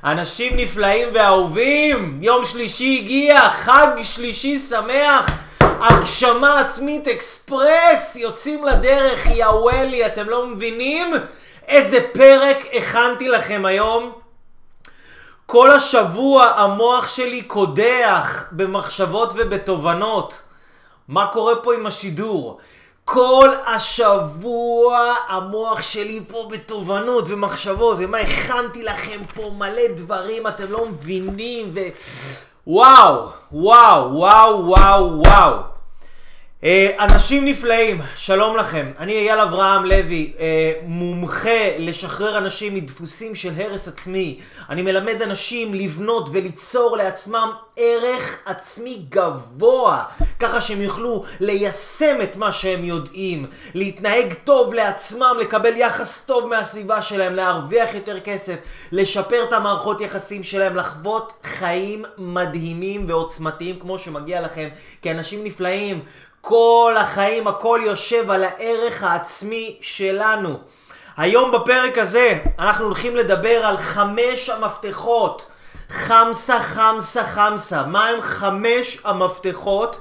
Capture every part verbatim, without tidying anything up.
אנשים נפלאים ואהובים, יום שלישי הגיע, חג שלישי שמח, הגשמה עצמית אקספרס, יוצאים לדרך, יאוולי, אתם לא מבינים איזה פרק הכנתי לכם היום. כל השבוע המוח שלי קודח במחשבות ובתובנות. מה קורה פה עם השידור? כל השבוע המוח שלי פה בתובנות ומחשבות, ומה הכנתי לכם פה מלא דברים, אתם לא מבינים, ו... וואו, וואו, וואו, וואו, וואו. אנשים נפלאים, שלום לכם. אני אייל אברהם לוי, מומחה לשחרר אנשים מדפוסים של הרס עצמי. אני מלמד אנשים לבנות וליצור לעצמם ערך עצמי גבוה, ככה שהם יוכלו ליישם את מה שהם יודעים, להתנהג טוב לעצמם, לקבל יחס טוב מהסביבה שלהם, להרוויח יותר כסף, לשפר את המערכות יחסים שלהם, לחוות חיים מדהימים ועוצמתיים כמו שמגיע לכם, כי אנשים נפלאים. כל החיים, הכל יושב על הערך העצמי שלנו. היום בפרק הזה אנחנו הולכים לדבר על חמש המפתחות. חמסה, חמסה, חמסה. מה הם חמש המפתחות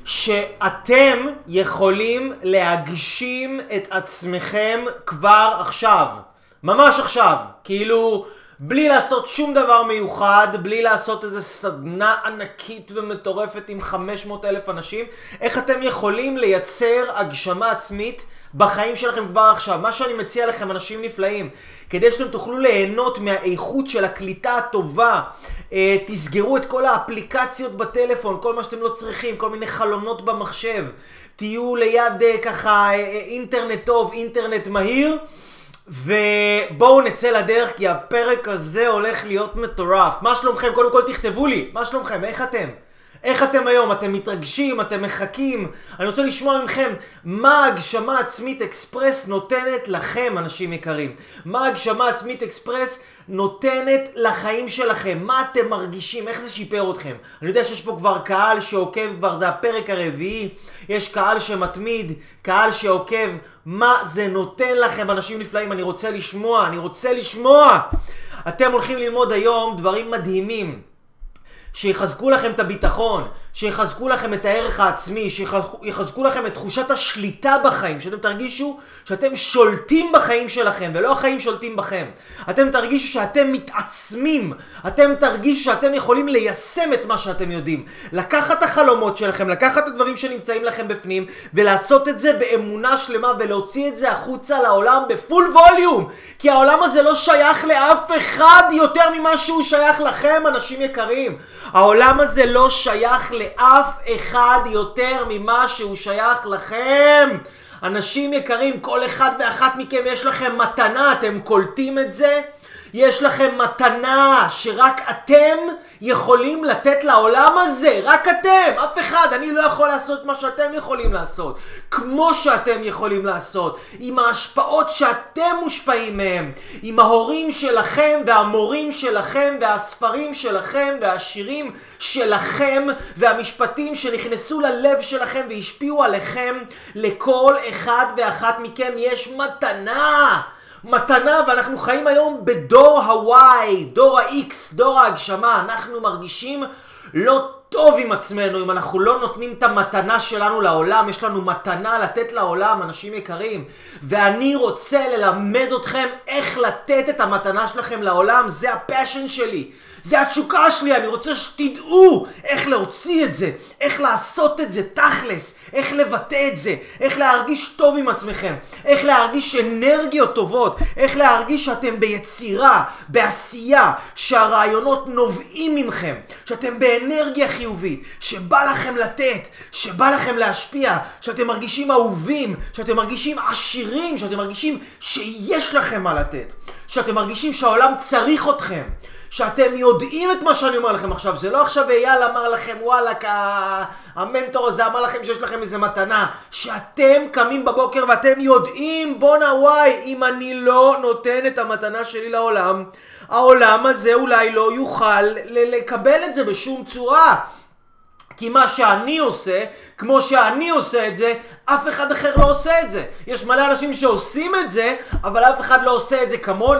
שאתם יכולים להגשים את עצמכם כבר עכשיו? ממש עכשיו. כאילו... בלי לעשות שום דבר מיוחד, בלי לעשות איזו סדנה ענקית ומטורפת עם חמש מאות אלף אנשים, איך אתם יכולים לייצר הגשמה עצמית בחיים שלכם כבר עכשיו? מה שאני מציע לכם, אנשים נפלאים, כדי שאתם תוכלו ליהנות מהאיכות של הקליטה הטובה, תסגרו את כל האפליקציות בטלפון, כל מה שאתם לא צריכים, כל מיני חלונות במחשב, תהיו ליד ככה אינטרנט טוב, אינטרנט מהיר, ובואו נצא לדרך, כי הפרק הזה הולך להיות מטורף. מה שלומכם? קודם כל תכתבו לי, מה שלומכם? איך אתם? איך אתם היום? אתם מתרגשים? אתם מחכים? אני רוצה לשמוע מכם מה הגשמה עצמית אקספרס נותנת לכם, אנשים יקרים. מה הגשמה עצמית אקספרס נותנת לחיים שלכם? מה אתם מרגישים? איך זה שיפר אתכם? אני יודע שיש פה כבר קהל שעוקב, כבר זה הפרק הרביעי, יש קהל שמתמיד, קהל שעוקב. מה זה נותן לכם, אנשים נפלאים? אני רוצה לשמוע, אני רוצה לשמוע. אתם הולכים ללמוד היום דברים מדהימים, שיחזקו לכם את הביטחון, שיחזקו לכם את הערך העצמי, שיחזקו לכם את תחושת השליטה בחיים, שאתם תרגישו שאתם שולטים בחיים שלכם, ולא החיים שולטים בכם. אתם תרגישו שאתם מתעצמים, אתם תרגישו שאתם יכולים ליישם את מה שאתם יודעים. לקחת את החלומות שלכם, לקחת את הדברים שנמצאים לכם בפנים, ולעשות את זה באמונה שלמה, ולהוציא את זה החוצה לעולם בפול ווליום. כי העולם הזה לא שייך לאף אחד יותר ממה שהוא שייך לכם, אנשים יקרים. העולם הזה לא שייך לאף אחד יותר ממה שהוא שייך לכם. אנשים יקרים, כל אחד ואחת מכם יש לכם מתנה, אתם קולטים את זה? יש לכם מתנה שרק אתם יכולים לתת לעולם הזה, רק אתם, אף אחד. אני לא יכול לעשות מה שאתם יכולים לעשות, כמו שאתם יכולים לעשות, עם ההשפעות שאתם מושפעים מהם, עם ההורים שלכם והמורים שלכם והספרים שלכם והשירים שלכם והמשפטים שנכנסו ללב שלכם והשפיעו עליכם. לכל אחד ואחת מכם יש מתנה. מתנה, ואנחנו חיים היום בדור ה-Y, דור ה-X, דור ההגשמה. אנחנו מרגישים לא טוב עם עצמנו אם אנחנו לא נותנים את המתנה שלנו לעולם. יש לנו מתנה לתת לעולם, אנשים יקרים, ואני רוצה ללמד אתכם איך לתת את המתנה שלכם לעולם. זה הפשן שלי, זה התשוקה שלי. אני רוצה שתדעו איך להוציא את זה, איך לעשות את זה תכלס, איך לבטא את זה, איך להרגיש טוב עם עצמכם, איך להרגיש אנרגיות טובות, איך להרגיש שאתם ביצירה, בעשייה, שהרעיונות נובעים ממכם, שאתם באנרגיה חיובית, שבא לכם לתת, שבא לכם להשפיע, שאתם מרגישים אהובים, שאתם מרגישים עשירים, שאתם מרגישים שיש לכם מה לתת, שאתם מרגישים שהעולם צריך אתכם, שאתם יודעים את מה שאני אומר לכם עכשיו. זה לא עכשיו אייל אמר לכם, וואלה, המנטור הזה אמר לכם שיש לכם איזה מתנה. שאתם קמים בבוקר ואתם יודעים, בונה וואי, אם אני לא נותן את המתנה שלי לעולם, העולם הזה אולי לא יוכל לקבל את זה בשום צורה. כי מה שאני עושה, כמו שאני עושה את זה, אף אחד אחר לא עושה את זה. יש מלא אנשים שעושים את זה, אבל אף אחד לא עושה את זה כמוני.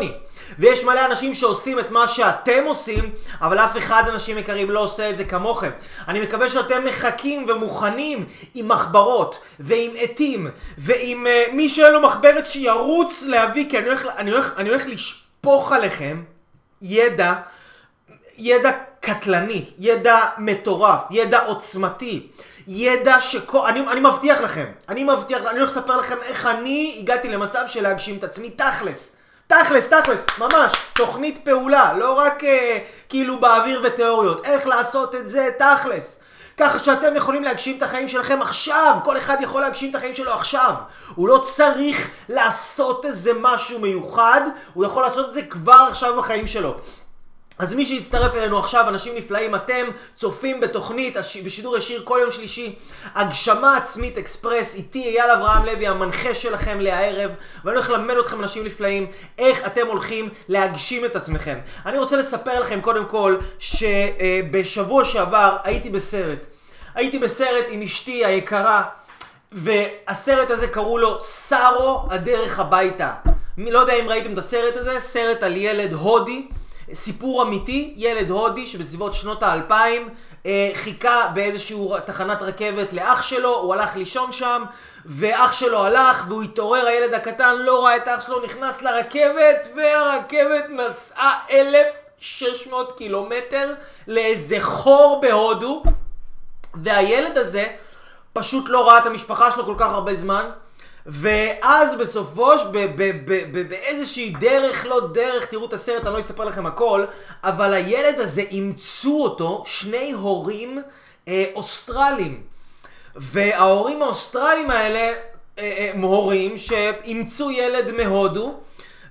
ויש מלא אנשים שעושים את מה שאתם עושים, אבל אף אחד, אנשים יקרים, לא עושה את זה כמוכם. אני מקווה שאתם מחכים ומוכנים עם מחברות, ועם עטים, ועם uh, מי שאין לו מחברת שירוץ להביא, כי אני הולך, אני הולך, אני הולך לשפוך עליכם ידע, ידע קטלני, ידע מטורף, ידע עוצמתי. ידע שכל... אני, אני מבטיח לכם, אני מבטיח, אני הולך לספר לכם איך אני הגעתי למצב של להגשים את עצמי תכלס. תכלס, תכלס, ממש, תוכנית פעולה, לא רק אה, כאילו באוויר ותיאוריות, איך לעשות את זה תכלס. ככה שאתם יכולים להגשים את החיים שלכם עכשיו, כל אחד יכול להגשים את החיים שלו עכשיו. הוא לא צריך לעשות איזה משהו מיוחד, הוא יכול לעשות את זה כבר עכשיו בחיים שלו. אז מי שיצטרף אלינו עכשיו, אנשים נפלאים, אתם צופים בתוכנית בשידור ישיר כל יום שלישי, הגשמה עצמית אקספרס, איתי אייל אברהם לוי, המנחה שלכם לערב, ואני הולך ללמד אתכם, אנשים נפלאים, איך אתם הולכים להגשים את עצמכם. אני רוצה לספר לכם קודם כל, שבשבוע שעבר הייתי בסרט. הייתי בסרט עם אשתי היקרה, והסרט הזה קראו לו סארו הדרך הביתה. לא יודע אם ראיתם את הסרט הזה, סרט על ילד הודי, סיפור אמיתי, ילד הודי שבסביבות שנות האלפיים אה, חיכה באיזשהו תחנת רכבת לאח שלו, הוא הלך לישון שם ואח שלו הלך והוא התעורר, הילד הקטן לא ראה את אח שלו, נכנס לרכבת והרכבת נסעה אלף ושש מאות קילומטר לאיזה חור בהודו, והילד הזה פשוט לא ראה את המשפחה שלו כל כך הרבה זמן, ואז בסופו, באיזושהי דרך, לא דרך, תראו את הסרט, אני לא אספר לכם הכל, אבל הילד הזה אימצו אותו שני הורים אה, אוסטרלים. וההורים האוסטרלים האלה אה, אה, הורים שאימצו ילד מהודו,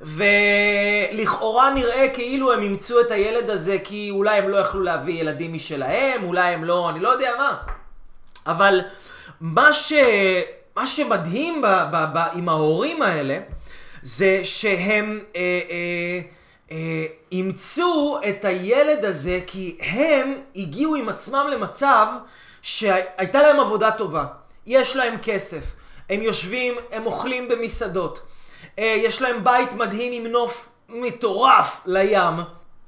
ולכאורה נראה כאילו הם אימצו את הילד הזה כי אולי הם לא יכלו להביא ילדים משלהם, אולי הם לא, אני לא יודע מה. אבל מה ש... מה שמדהים ב- ב- ב- עם ההורים האלה, זה שהם אה, אה, אה, אימצו את הילד הזה, כי הם הגיעו עם עצמם למצב שהייתה להם עבודה טובה. יש להם כסף, הם יושבים, הם אוכלים במסעדות, אה, יש להם בית מדהים עם נוף מטורף לים, אה,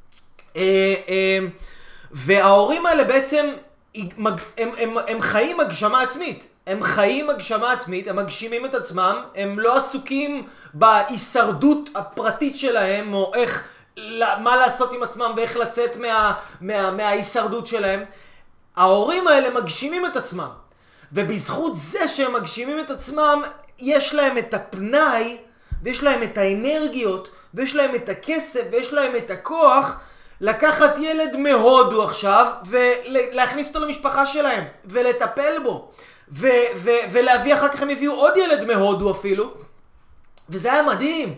אה, וההורים האלה בעצם, הם, הם, הם, הם חיים הגשמה עצמית. הם חיים הגשמה עצמית, הם מגשימים את עצמם, הם לא עסוקים בהישרדות הפרטית שלהם, או איך, מה לעשות עם עצמם ואיך לצאת מה, מה, מההישרדות שלהם. ההורים האלה מגשימים את עצמם, ובזכות זה שהם מגשימים את עצמם, יש להם את הפנאי, ויש להם את האנרגיות, ויש להם את הכסף, ויש להם את הכוח, לקחת ילד מהודו עכשיו, ולהכניס אותו למשפחה שלהם, ולטפל בו. ו- ו- ולהביא אחר כך הם הביאו עוד ילד מהודו אפילו, וזה היה מדהים.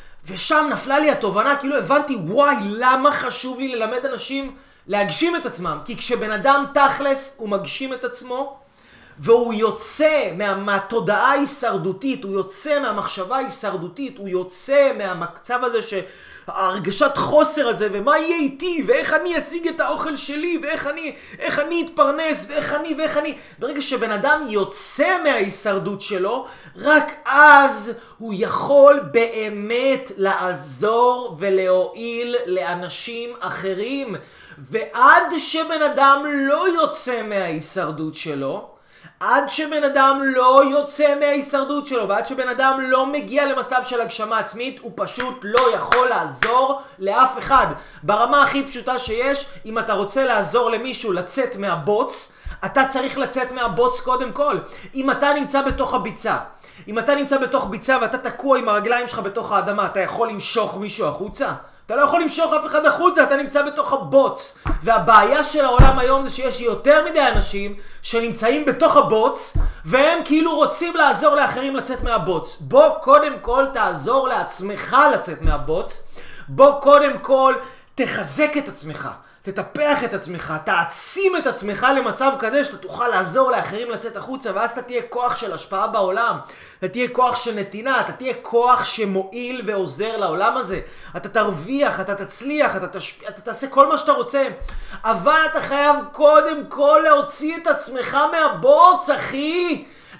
ושם נפלה לי התובנה, כאילו הבנתי, וואי, למה חשוב לי ללמד אנשים להגשים את עצמם? כי כשבן אדם תכלס הוא מגשים את עצמו, והוא יוצא מה- מהתודעה ההישרדותית, הוא יוצא מהמחשבה ההישרדותית, הוא יוצא מהמצב הזה ש... הרגשת חוסר הזה, ומה יהיה איתי, ואיך אני אשיג את האוכל שלי, ואיך אני, איך אני אתפרנס, ואיך אני, ואיך אני. ברגע שבן אדם יוצא מההישרדות שלו, רק אז הוא יכול באמת לעזור ולהועיל לאנשים אחרים. ועד שבן אדם לא יוצא מההישרדות שלו, עד שבן אדם לא יוצא מההישרדות שלו, ועד שבן אדם לא מגיע למצב של הגשמה עצמית, הוא פשוט לא יכול לעזור לאף אחד. ברמה הכי פשוטה שיש, אם אתה רוצה לעזור למישהו לצאת מהבוץ, אתה צריך לצאת מהבוץ קודם כל. אם אתה נמצא בתוך הביצה, אם אתה נמצא בתוך ביצה ואתה תקוע עם הרגליים שלך בתוך האדמה, אתה יכול למשוך מישהו החוצה? אתה לא יכול למשוך אף אחד החוצה, אתה נמצא בתוך הבוץ. והבעיה של העולם היום זה שיש יותר מדי אנשים שנמצאים בתוך הבוץ, והם כאילו רוצים לעזור לאחרים לצאת מהבוץ. בוא קודם כל תעזור לעצמך לצאת מהבוץ. בוא קודם כל תחזק את עצמך, תטפח את עצמך, תעצים את עצמך למצב כזה שאתה תוכל לעזור לאחרים לצאת החוצה, ואז אתה תהיה כוח של השפעה בעולם, אתה תהיה כוח של נתינה, אתה תהיה כוח שמועיל ועוזר לעולם הזה. אתה תרוויח, אתה תצליח, אתה, תשפ... אתה תעשה כל מה שאתה רוצה, אבל אתה חייב קודם כל להוציא את עצמך מהבוץ, אחי.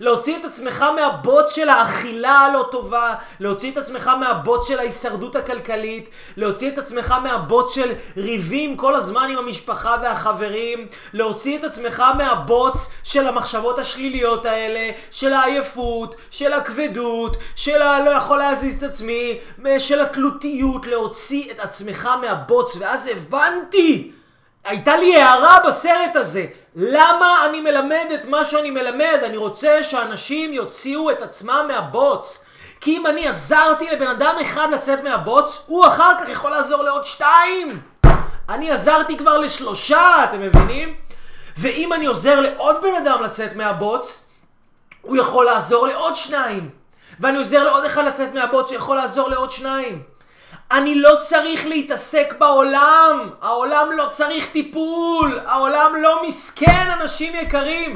להוציא את עצמך מהבוץ של האכילה הלא טובה, להוציא את עצמך מהבוץ של ההישרדות הכלכלית, להוציא את עצמך מהבוץ של ריבים כל הזמן עם המשפחה והחברים, להוציא את עצמך מהבוץ של המחשבות השליליות האלה, של העייפות, של הכבדות, של הלא יכול להזיז את עצמי, של התלותיות, להוציא את עצמך מהבוץ. ואז הבנתי, הייתה לי הערה בסרט הזה, למה אני מלמד את מה שאני מלמד? אני רוצה שאנשים יוציאו את עצמם מהבוץ. כי אם אני עזרתי לבן אדם אחד לצאת מהבוץ, הוא אחר כך יכול לעזור לעוד שתיים. אני עזרתי כבר לשלושה, אתם מבינים? ואם אני עוזר לעוד בן אדם לצאת מהבוץ, הוא יכול לעזור לעוד שניים. ואני עוזר לעוד אחד לצאת מהבוץ, הוא יכול לעזור לעוד שניים. אני לא צריך להתעסק בעולם. העולם לא צריך טיפול. העולם לא מסכן, אנשים יקרים.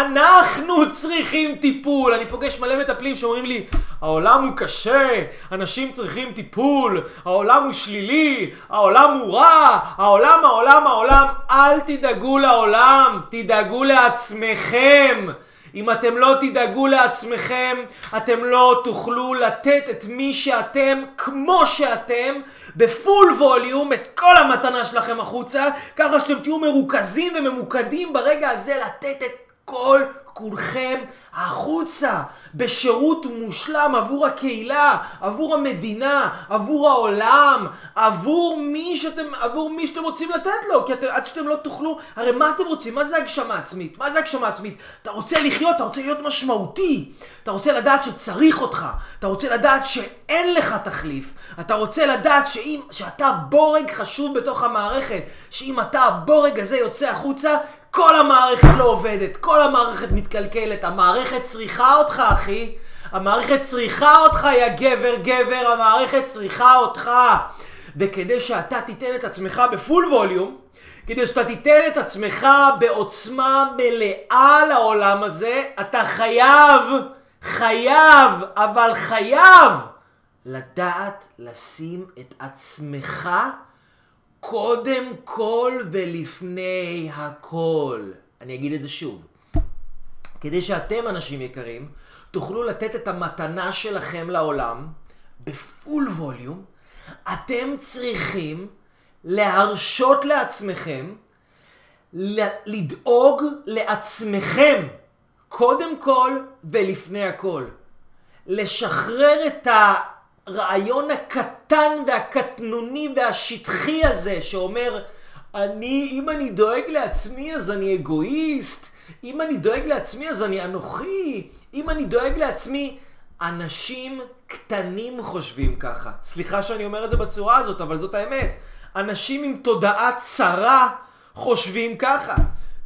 אנחנו צריכים טיפול. אני פוגש מלא מטפלים שאומרים לי, העולם הוא קשה, אנשים צריכים טיפול, העולם הוא שלילי, העולם הוא רע, העולם, העולם, העולם. אל תדאגו לעולם, תדאגו לעצמכם. אם אתם לא תדאגו לעצמכם, אתם לא תוכלו לתת את מי שאתם כמו שאתם, בפול ווליום, את כל המתנה שלכם החוצה, ככה שאתם תהיו מרוכזים וממוקדים ברגע הזה לתת את כל כולכם החוצה, בשירות מושלם עבור הקהילה, עבור המדינה, עבור העולם, עבור מי שאתם, עבור מי שאתם רוצים לתת לו, כי אתם, עד שאתם לא תוכלו, הרי מה אתם רוצים? מה זה הגשמה עצמית? מה זה הגשמה עצמית? אתה רוצה לחיות, אתה רוצה להיות משמעותי, אתה רוצה לדעת שצריך אותך, אתה רוצה לדעת שאין לך תחליף, אתה רוצה לדעת שאם, שאתה בורג חשוב בתוך המערכת, שאם אתה הבורג הזה יוצא החוצה, כל המערכת לא עובדת, כל המערכת מתקלקלת, המערכת צריכה אותך אחי, המערכת צריכה אותך יא גבר גבר, המערכת צריכה אותך. וכדי שאתה תיתן את עצמך בפול ווליום, כדי שאתה תיתן את עצמך בעוצמה מלאה לעולם הזה, אתה חייב, חייב, אבל חייב לדעת לשים את עצמך קודם כל ולפני הכל. אני אגיד את זה שוב. כדי שאתם, אנשים יקרים, תוכלו לתת את המתנה שלכם לעולם בפול ווליום, אתם צריכים להרשות לעצמכם לדאוג לעצמכם קודם כל ולפני הכל. לשחרר את ה... רעיון הקטן והקטנוני והשטחי הזה שאומר, אני, אם אני דואג לעצמי אז אני אגואיסט, אם אני דואג לעצמי אז אני אנוכי, אם אני דואג לעצמי. אנשים קטנים חושבים ככה. סליחה שאני אומר את זה בצורה הזאת, אבל זאת האמת. אנשים עם תודעה צרה חושבים ככה.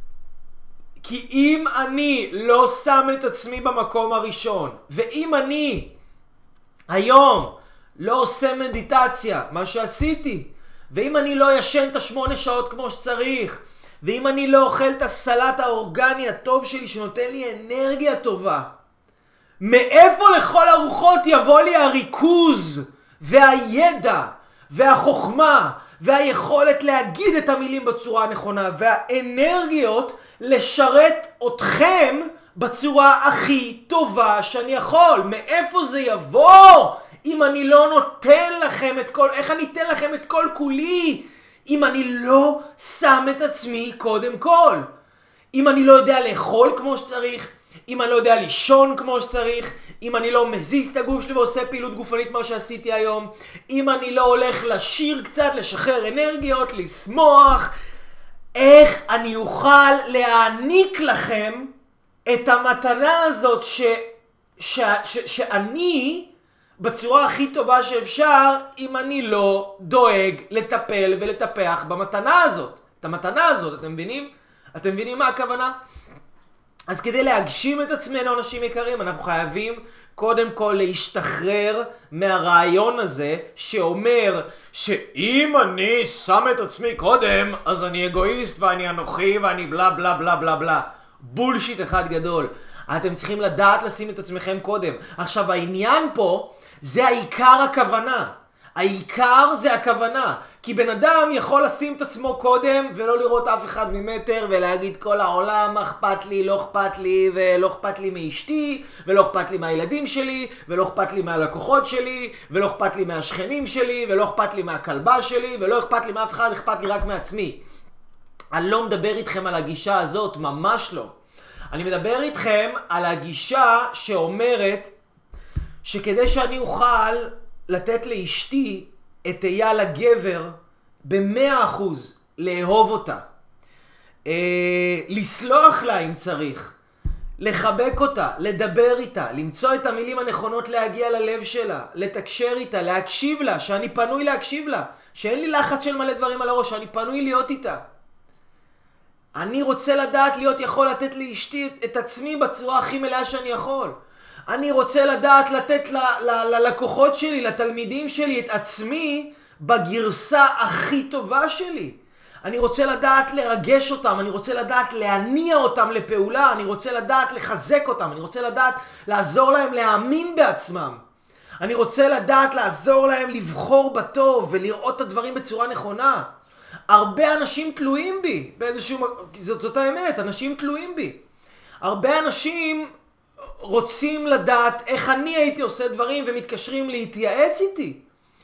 כי אם אני לא שם את עצמי במקום הראשון, ואם אני היום לא עושה מדיטציה, מה שעשיתי, ואם אני לא ישן את השמונה שעות כמו שצריך, ואם אני לא אוכל את הסלט האורגני הטוב שלי שנותן לי אנרגיה טובה, מאיפה לכל הרוחות יבוא לי הריכוז והידע והחוכמה והיכולת להגיד את המילים בצורה הנכונה והאנרגיות לשרת אתכם בצורה הכי טובה שאני יכול? מאיפה זה יבוא אם אני לא נותן לכם את כל, איך אני אתן לכם את כל כולי אם אני לא שם את עצמי קודם כל? אם אני לא יודע לאכול כמו שצריך, אם אני לא יודע לישון כמו שצריך, אם אני לא מזיז את הגוף שלי ועושה פעילות גופנית מה שעשיתי היום, אם אני לא הולך לשיר קצת, לשחרר אנרגיות, לשמוח, איך אני אוכל להעניק לכם את המתנה הזאת ש, ש, ש, שאני בצורה הכי טובה שאפשר, אם אני לא דואג לטפל ולטפח במתנה הזאת. את המתנה הזאת, אתם מבינים? אתם מבינים מה הכוונה? אז כדי להגשים את עצמנו, אנשים יקרים, אנחנו חייבים קודם כל להשתחרר מהרעיון הזה שאומר שאם אני שם את עצמי קודם, אז אני אגואיסט ואני אנוכי ואני בלה בלה בלה בלה בלה. בולשיט אחד גדול. אתם צריכים לדעת לשים את עצמכם קודם. עכשיו העניין פה זה העיקר הכוונה. העיקר זה הכוונה. כי בן אדם יכול לשים את עצמו קודם ולא לראות אף אחד ממטר ולהגיד כל העולם אכפת לי, לא אכפת לי, ולא אכפת לי מאשתי, ולא אכפת לי מהילדים שלי, ולא אכפת לי מהלקוחות שלי, ולא אכפת לי מהשכנים שלי, ולא אכפת לי מהכלבה שלי, ולא אכפת לי מאף אחד, אכפת לי רק מעצמי. אני לא מדבר איתכם על הגישה הזאת, ממש לא. אני מדבר איתכם על הגישה שאומרת שכדי שאני אוכל לתת לאשתי את אייל הגבר במאה אחוז, לאהוב אותה, אה, לסלוח לה אם צריך, לחבק אותה, לדבר איתה, למצוא את המילים הנכונות להגיע ללב שלה, לתקשר איתה, להקשיב לה, שאני פנוי להקשיב לה, שאין לי לחץ של מלא דברים על הראש, שאני פנוי להיות איתה. אני רוצה לדעת להיות יכול לתת לאשתי את עצמי בצורה הכי מלאה שאני יכול. אני רוצה לדעת לתת ללקוחות שלי, לתלמידים שלי, את עצמי בגרסה הכי טובה שלי. אני רוצה לדעת לרגש אותם, אני רוצה לדעת להניע אותם לפעולה, אני רוצה לדעת לחזק אותם, אני רוצה לדעת לעזור להם להאמין בעצמם. אני רוצה לדעת לעזור להם לבחור בטוב ולראות את הדברים בצורה נכונה. הרבה אנשים תלויים בי, באיזשהו... זאת, זאת האמת, אנשים תלויים בי. הרבה אנשים רוצים לדעת איך אני הייתי עושה דברים ומתקשרים להתייעץ איתי.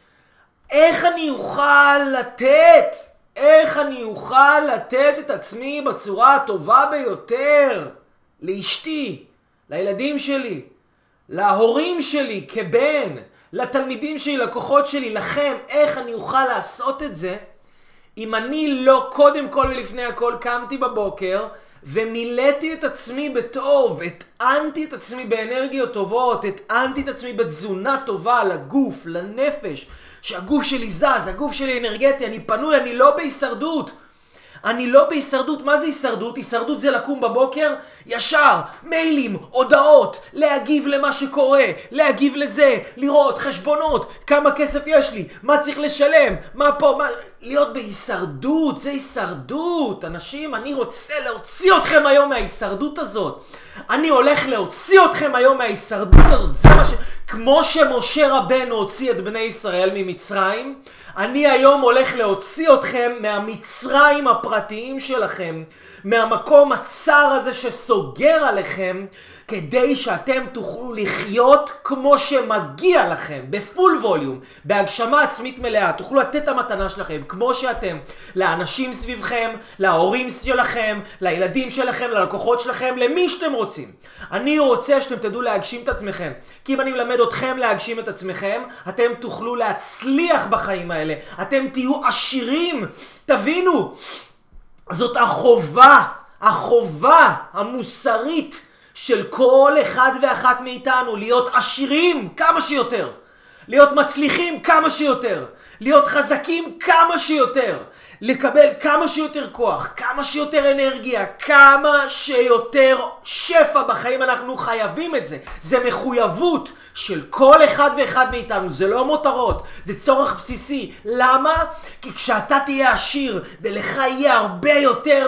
איך אני אוכל לתת, איך אני אוכל לתת את עצמי בצורה הטובה ביותר לאשתי, לילדים שלי, להורים שלי כבן, לתלמידים שלי, לקוחות שלי, לכם, איך אני אוכל לעשות את זה אם אני לא קודם כל ולפני הכל קמתי בבוקר ומילאתי את עצמי בטוב, הטענתי את עצמי באנרגיות טובות, הטענתי את עצמי בתזונה טובה לגוף, לנפש, שהגוף שלי זז, הגוף שלי אנרגטי, אני פנוי, אני לא בהישרדות. אני לא בהישרדות. מה זה הישרדות? הישרדות זה לקום בבוקר, ישר, מיילים, הודעות, להגיב למה שקורה, להגיב לזה, לראות חשבונות, כמה כסף יש לי, מה צריך לשלם, מה פה, מה... להיות בהישרדות, זה הישרדות. אנשים, אני רוצה להוציא אתכם היום מההישרדות הזאת. אני הולך להוציא אתכם היום מההישרדות הזאת. זה מה ש... כמו שמשה רבנו הוציא את בני ישראל ממצרים, אני היום הולך להוציא אתכם מהמצרים הפרטיים שלכם, מהמקום הצר הזה שסוגר עליכם, כדי שאתם תוכלו לחיות כמו שמגיע לכם, בפול ווליום, בהגשמה עצמית מלאה. תוכלו לתת את המתנה שלכם כמו שאתם, לאנשים סביבכם, להורים שלכם, לילדים שלכם, ללקוחות שלכם, למי שאתם רוצים. אני רוצה שאתם תדעו להגשים את עצמכם, כי אם אני מלמד אתכם להגשים את עצמכם, אתם תוכלו להצליח בחיים האלה, אתם תהיו עשירים. תבינו, זאת החובה, החובה המוסרית של כל אחד ואחת מאיתנו, להיות עשירים כמה שיותר, להיות מצליחים כמה שיותר, להיות חזקים כמה שיותר, לקבל כמה שיותר כוח, כמה שיותר אנרגיה, כמה שיותר שפע בחיים. אנחנו חייבים את זה. זה מחויבות של כל אחד ואחד מאיתנו. זה לא מותרות, זה צורך בסיסי. למה? כי כשאתה תהיה עשיר ולך יהיה הרבה יותר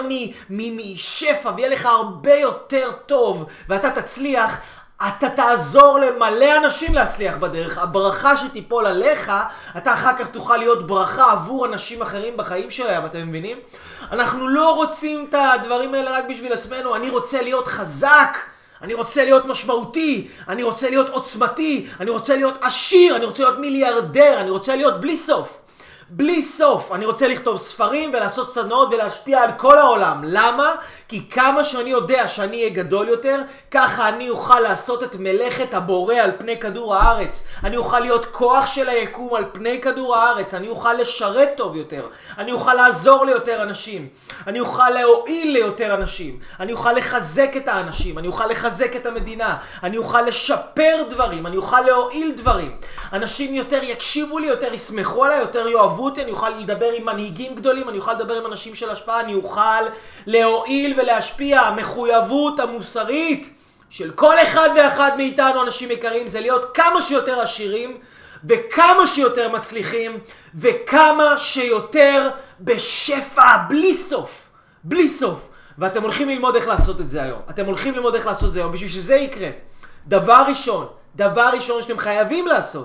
משפע ויהיה לך הרבה יותר טוב ואתה תצליח, אתה תעזור למלא אנשים להצליח בדרך. הברכה שתיפול עליך, אתה אחר כך תוכל להיות ברכה עבור אנשים אחרים בחיים שלהם. אתם מבינים? אנחנו לא רוצים את הדברים האלה רק בשביל עצמנו. אני רוצה להיות חזק, אני רוצה להיות משמעותי, אני רוצה להיות עוצמתי, אני רוצה להיות עשיר, אני רוצה להיות מיליארדר, אני רוצה להיות בלי סוף. בלי סוף. אני רוצה לכתוב ספרים ולעשות סדנאות ולהשפיע על כל העולם. למה? כי כמה שאני יודע שאני אהיה גדול יותר, ככה אני אוכל לעשות את מלאכת הבורא על פני כדור הארץ. אני אוכל להיות כוח של היקום על פני כדור הארץ. אני אוכל לשרת טוב יותר. אני אוכל לעזור ליותר אנשים. אני אוכל להועיל ליותר אנשים. אני אוכל לחזק את האנשים. אני אוכל לחזק את המדינה. אני אוכל לשפר דברים. אני אוכל להועיל דברים. אנשים יותר יקשיבו לי, יותר ישמחו עליי, יותר יאהבו אותי. אני אוכל לדבר עם מנהיגים גדולים. אני אוכל לדבר עם אנשים של השפעה. אני אוכל להועיל ולהשפיע. המחויבות המוסרית של כל אחד ואחד מאיתנו, אנשים יקרים, זה להיות כמה שיותר עשירים וכמה שיותר מצליחים וכמה שיותר בשפע, בלי סוף, בלי סוף. ואתם הולכים ללמוד איך לעשות את זה היום. אתם הולכים ללמוד איך לעשות את זה היום. בשביל שזה יקרה, דבר ראשון, דבר ראשון שאתם חייבים לעשות,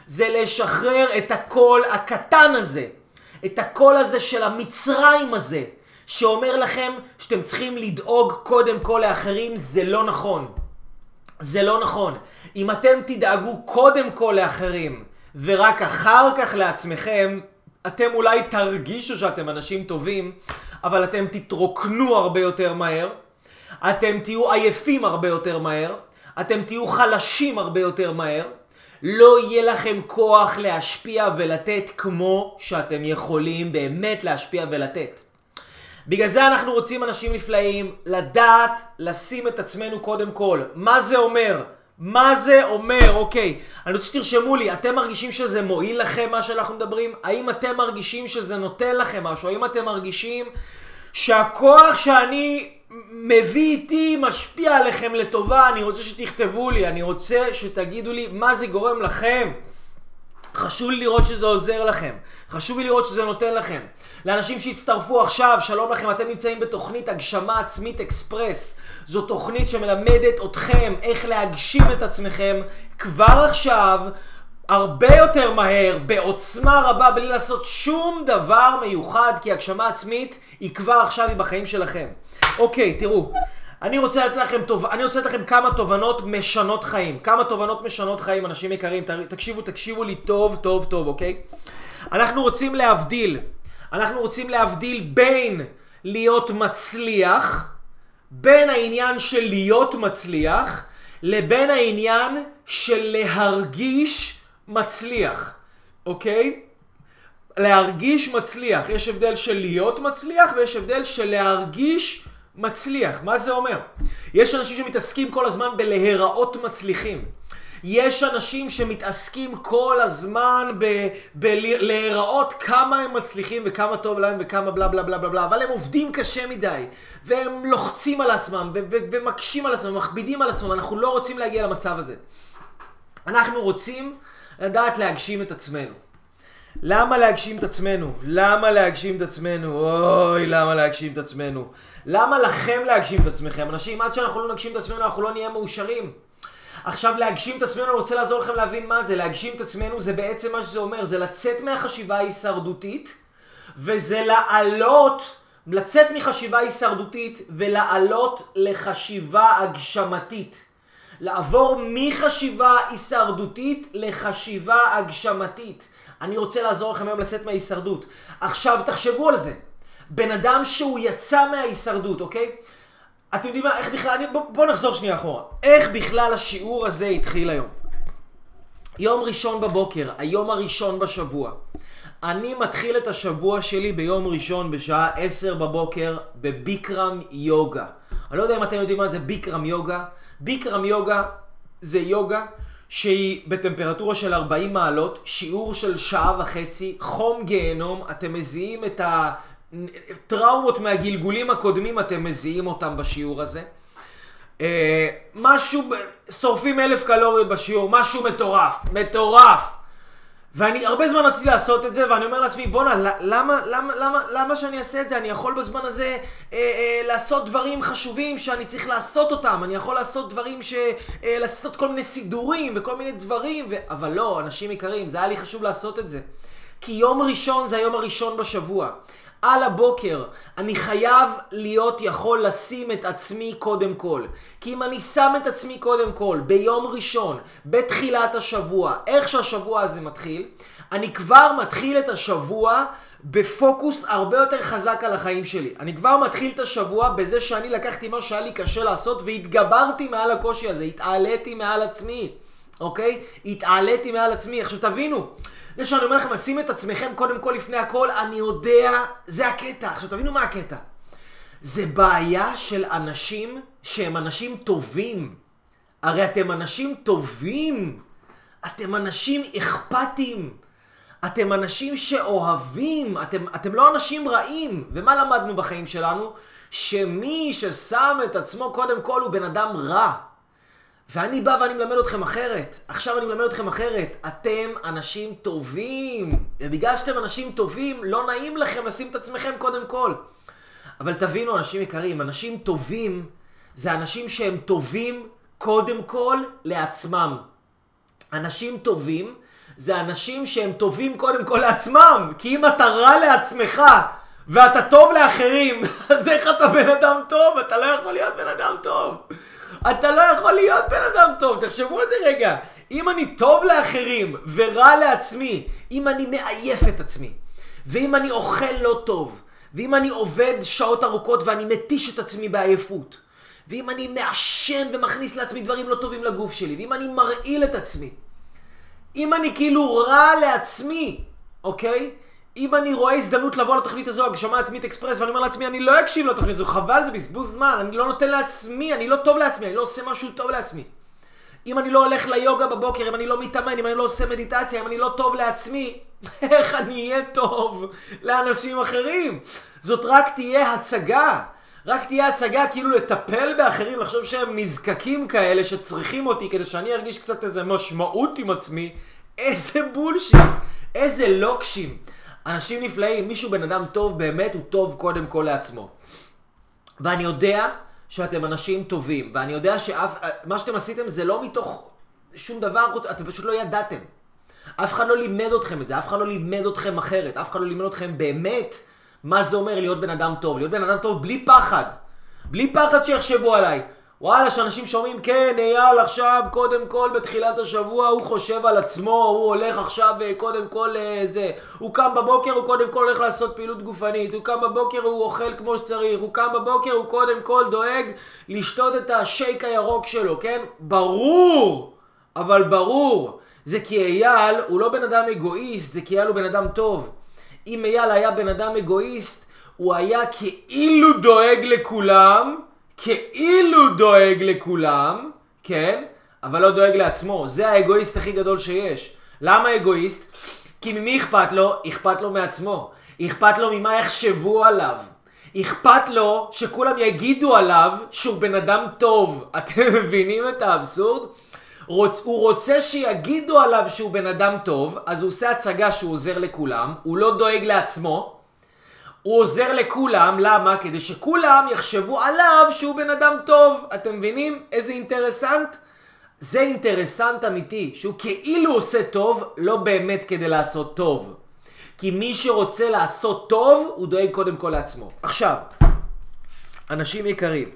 זה לשחרר את הקול הקטן הזה, את הקול הזה של המצרים הזה, שאומר לכם שאתם צריכים לדאוג קודם כל לאחרים. זה לא נכון. זה לא נכון. אם אתם תדאגו קודם כל לאחרים ורק אחר כך לעצמכם, אתם אולי תרגישו שאתם אנשים טובים, אבל אתם תתרוקנו הרבה יותר מהר, אתם תהיו עייפים הרבה יותר מהר, אתם תהיו חלשים הרבה יותר מהר, לא יהיה לכם כוח להשפיע ולתת כמו שאתם יכולים באמת להשפיע ולתת. בגלל זה אנחנו רוצים אנשים נפלאים, לדעת, לשים את עצמנו קודם כל. מה זה אומר? מה זה אומר? אוקיי, אני רוצה שתרשמו לי, אתם מרגישים שזה מועיל לכם מה שאנחנו מדברים? האם אתם מרגישים שזה נותן לכם משהו? האם אתם מרגישים שהכוח שאני מביא איתי משפיע עליכם לטובה? אני רוצה שתכתבו לי, אני רוצה שתגידו לי מה זה גורם לכם. חשוב לי לראות שזה עוזר לכם. חשוב לי לראות שזה נותן לכם. לאנשים שהצטרפו עכשיו, שלום לכם, אתם נמצאים בתוכנית הגשמה עצמית אקספרס. זו תוכנית שמלמדת אתכם איך להגשים את עצמכם כבר עכשיו, הרבה יותר מהר, בעוצמה רבה, בלי לעשות שום דבר מיוחד, כי הגשמה עצמית היא כבר עכשיו, היא בחיים שלכם. אוקיי, תראו. אני רוצה לתת לכם, אני רוצה לתת לכם כמה תובנות משנות חיים. כמה תובנות משנות חיים, אנשים יקרים. תקשיבו, תקשיבו לי טוב, טוב, טוב, אוקיי? אנחנו רוצים להבדיל. אנחנו רוצים להבדיל בין להיות מצליח, בין העניין של להיות מצליח, לבין העניין של להרגיש מצליח. אוקיי? להרגיש מצליח. יש הבדל של להיות מצליח, ויש הבדל של להרגיש מצליח. מה זה אומר? יש אנשים שמתעסקים כל הזמן בלהיראות מצליחים. יש אנשים שמתעסקים כל הזמן בלהיראות כמה הם מצליחים וכמה טוב להם וכמה בלה בלה בלה בלה בלה, אבל הם עובדים קשה מדי, והם לוחצים על עצמם ומקשים על עצמם, מכבידים על עצמם. אנחנו לא רוצים להגיע למצב הזה. אנחנו רוצים לדעת להגשים את עצמנו. למה להגשים את עצמנו? למה להגשים את עצמנו? אוי, למה להגשים את עצמנו? למה לכם להגשים את עצמכם? אנשים, עד שאנחנו לא נגשים את עצמנו, אנחנו לא נהיה מאושרים. עכשיו, להגשים את עצמנו, אני רוצה לעזור לכם להבין מה זה. להגשים את עצמנו זה בעצם מה שזה אומר, זה לצאת מהחשיבה ההישרדותית, וזה לעלות, לצאת מחשיבה הישרדותית ולעלות לחשיבה הגשמתית. לעבור מחשיבה הישרדותית לחשיבה הגשמתית. אני רוצה לעזור לכם היום לצאת מההישרדות. עכשיו תחשבו על זה. בן אדם שהוא יצא מההישרדות, אוקיי? אתם יודעים מה, איך בכלל, אני, בוא, בוא נחזור שנייה אחורה. איך בכלל השיעור הזה התחיל היום? יום ראשון בבוקר, היום הראשון בשבוע. אני מתחיל את השבוע שלי ביום ראשון בשעה עשר בבוקר בביקרם יוגה. אני לא יודע אם אתם יודעים מה זה ביקרם יוגה. ביקרם יוגה זה יוגה שהיא בטמפרטורה של ארבעים מעלות, שיעור של שעה וחצי, חום גיהנום. אתם מזיעים את הטראומות מהגלגולים הקודמים, אתם מזיעים אותם בשיעור הזה. משהו, שורפים אלף קלוריות בשיעור, משהו מטורף, מטורף. ואני הרבה זמן רציתי לעשות את זה, ואני אומר לעצמי, בונה, למה, למה, למה, למה שאני אעשה את זה? אני יכול בזמן הזה אה, אה, לעשות דברים חשובים שאני צריך לעשות אותם. אני יכול לעשות דברים ש... אה, לעשות כל מיני סידורים וכל מיני דברים, ו... אבל לא, אנשים יקרים, זה היה לי חשוב לעשות את זה. כי יום ראשון זה היום הראשון בשבוע. על הבוקר אני חייב להיות יכול לשים את עצמי קודם כל. כי אם אני שם את עצמי קודם כל ביום ראשון, בתחילת השבוע, איך שהשבוע הזה מתחיל, אני כבר מתחיל את השבוע בפוקוס הרבה יותר חזק על החיים שלי. אני כבר מתחיל את השבוע בזה שאני לקחתי מה שהיה לי קשה לעשות והתגברתי מעל הקושי הזה, התעליתי מעל עצמי. אוקיי? התעליתי מעל עצמי. עכשיו תבינו, זה שאני אומר לכם, לשים את עצמכם קודם כל לפני הכל, אני יודע, זה הקטע. עכשיו תבינו מה הקטע. זה בעיה של אנשים שהם אנשים טובים. הרי אתם אנשים טובים. אתם אנשים אכפתיים. אתם אנשים שאוהבים. אתם, אתם לא אנשים רעים. ומה למדנו בחיים שלנו? שמי ששם את עצמו קודם כל הוא בן אדם רע. ואני בא ואני מלמד אתכם אחרת. עכשיו אני מלמד אתכם אחרת. אתם אנשים טובים. ובגלל שאתם אנשים טובים, לא נעים לכם לשים את עצמכם קודם כל. אבל תבינו, אנשים יקרים, אנשים טובים זה אנשים שהם טובים קודם כל לעצמם. אנשים טובים זה אנשים שהם טובים קודם כל לעצמם. כי אם אתה רע לעצמך ואתה טוב לאחרים, אז איך אתה בן אדם טוב? אתה לא יכול להיות בן אדם טוב. אתה לא יכול להיות בן אדם טוב. תחשבו על זה רגע. אם אני טוב לאחרים ורע לעצמי, אם אני מעייף את עצמי, ואם אני אוכל לא טוב, ואם אני עובד שעות ארוכות ואני מתיש את עצמי בעייפות, ואם אני מעשן ומכניס לעצמי דברים לא טובים לגוף שלי, ואם אני מרעיל את עצמי, אם אני כאילו רע לעצמי, אוקיי? אם אני רואה הזדמנות לבוא לתוכנית הזו, הגשמה עצמית אקספרס, ואני אומר לעצמי, אני לא אקשיב לתוכנית הזו, חבל, זה בזבוז זמן, אני לא נותן לעצמי, אני לא טוב לעצמי, אני לא עושה משהו טוב לעצמי. אם אני לא הולך ליוגה בבוקר, אם אני לא מתאמן, אם אני לא עושה מדיטציה, אם אני לא טוב לעצמי, איך אני אהיה טוב לאנשים אחרים? זאת רק תהיה הצגה. רק תהיה הצגה כאילו לטפל באחרים, לחשוב שהם נזקקים כאלה שצריכים אותי כדי שאני ארגיש קצת איזה משמעות עם עצמי. איזה בולשיט, איזה לוקשים. אנשים נפלאים, מישהו בן אדם טוב באמת הוא טוב קודם כל לעצמו. ואני יודע שאתם אנשים טובים, ואני יודע שמה שאתם עשיתם זה לא מתוך שום דבר, אתם פשוט לא ידעתם. אף אחד לא לימד אתכם את זה, אף אחד לא לימד אתכם אחרת, אף אחד לא לימד אתכם באמת מה זה אומר להיות בן אדם טוב. להיות בן אדם טוב בלי פחד, בלי פחד שיחשבו עליי. וואלה, שאנשים שומעים, כן, אייל עכשיו, קודם כל בתחילת השבוע הוא חושב על עצמו, הוא הולך עכשיו קודם כל זה, הוא קם בבוקר, הוא קודם כל הולך לעשות פעילות גופנית, הוא קם בבוקר, הוא אוכל כמו שצריך, הוא קם בבוקר, הוא קודם כל דואג לשתות את השייק הירוק שלו, כן? ברור, אבל ברור, זה כי אייל הוא לא בן אדם אגואיסט, זה כי אייל הוא בן אדם טוב. אם אייל היה בן אדם אגואיסט, הוא היה כאילו דואג לכולם, כאילו דואג לכולם, כן? אבל לא דואג לעצמו. זה האגואיסט הכי גדול שיש. למה אגואיסט? כי ממי אכפת לו? אכפת לו מעצמו. אכפת לו ממה יחשבו עליו. אכפת לו שכולם יגידו עליו שהוא בן אדם טוב. אתם מבינים את האבסורד? רוצ, הוא רוצה שיגידו עליו שהוא בן אדם טוב, אז הוא עושה הצגה שהוא עוזר לכולם, הוא לא דואג לעצמו, הוא עוזר לכולם, למה? כדי שכולם יחשבו עליו שהוא בן אדם טוב. אתם מבינים איזה אינטרסנט? זה אינטרסנט אמיתי, שהוא כאילו עושה טוב, לא באמת כדי לעשות טוב. כי מי שרוצה לעשות טוב, הוא דואג קודם כל לעצמו. עכשיו, אנשים יקרים,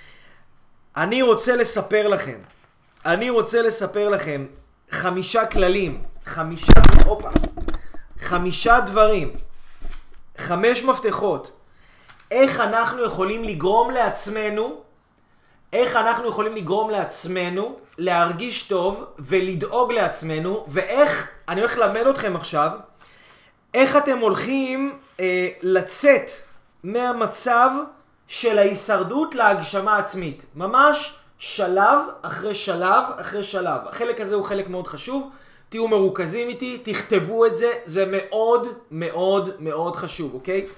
אני רוצה לספר לכם, אני רוצה לספר לכם חמישה כללים, חמישה, אופה, חמישה דברים, חמש מפתחות, איך אנחנו יכולים לגרום לעצמנו, איך אנחנו יכולים לגרום לעצמנו להרגיש טוב ולדאוג לעצמנו, ואיך, אני הולך ללמד אתכם עכשיו, איך אתם הולכים אה, לצאת מהמצב של ההישרדות להגשמה עצמית. ממש שלב אחרי שלב אחרי שלב. החלק הזה הוא חלק מאוד חשוב. תהיו מרוכזים איתי, תכתבו את זה, זה מאוד מאוד מאוד חשוב, אוקיי?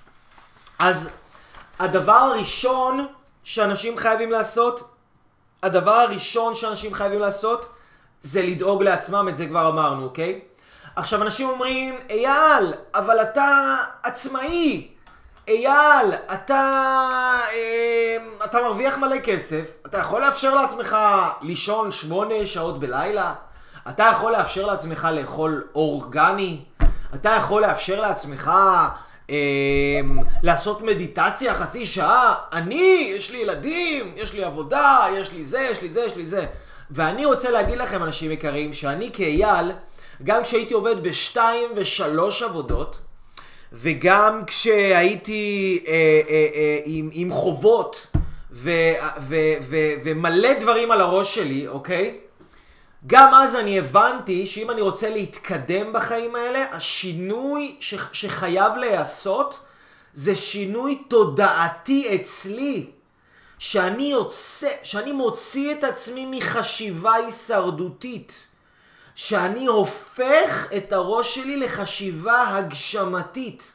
אז הדבר הראשון שאנשים חייבים לעשות, הדבר הראשון שאנשים חייבים לעשות, זה לדאוג לעצמם, את זה כבר אמרנו, אוקיי? עכשיו אנשים אומרים, אייל, אבל אתה עצמאי. אייל, אתה, אה, אתה מרוויח מלא כסף, אתה יכול לאפשר לעצמך לישון שמונה שעות בלילה? אתה יכול לאפשר לעצמך לאכול אורגני? אתה יכול לאפשר לעצמך אה, לעשות מדיטציה חצי שעה? אני, יש לי ילדים, יש לי עבודה, יש לי זה, יש לי זה, יש לי זה. ואני רוצה להגיד לכם, אנשים יקרים, שאני כאייל, גם כשהייתי עובד בשתיים ושלוש עבודות, וגם כשהייתי אה, אה, אה, עם, עם חובות ו, ו, ו, ומלא דברים על הראש שלי, אוקיי? גם אז אני הבנתי שאם אני רוצה להתקדם בחיים האלה, השינוי ש, שחייב להיעשות זה שינוי תודעתי אצלי. שאני יוצא, שאני מוציא את עצמי מחשיבה הישרדותית. שאני הופך את הראש שלי לחשיבה הגשמתית.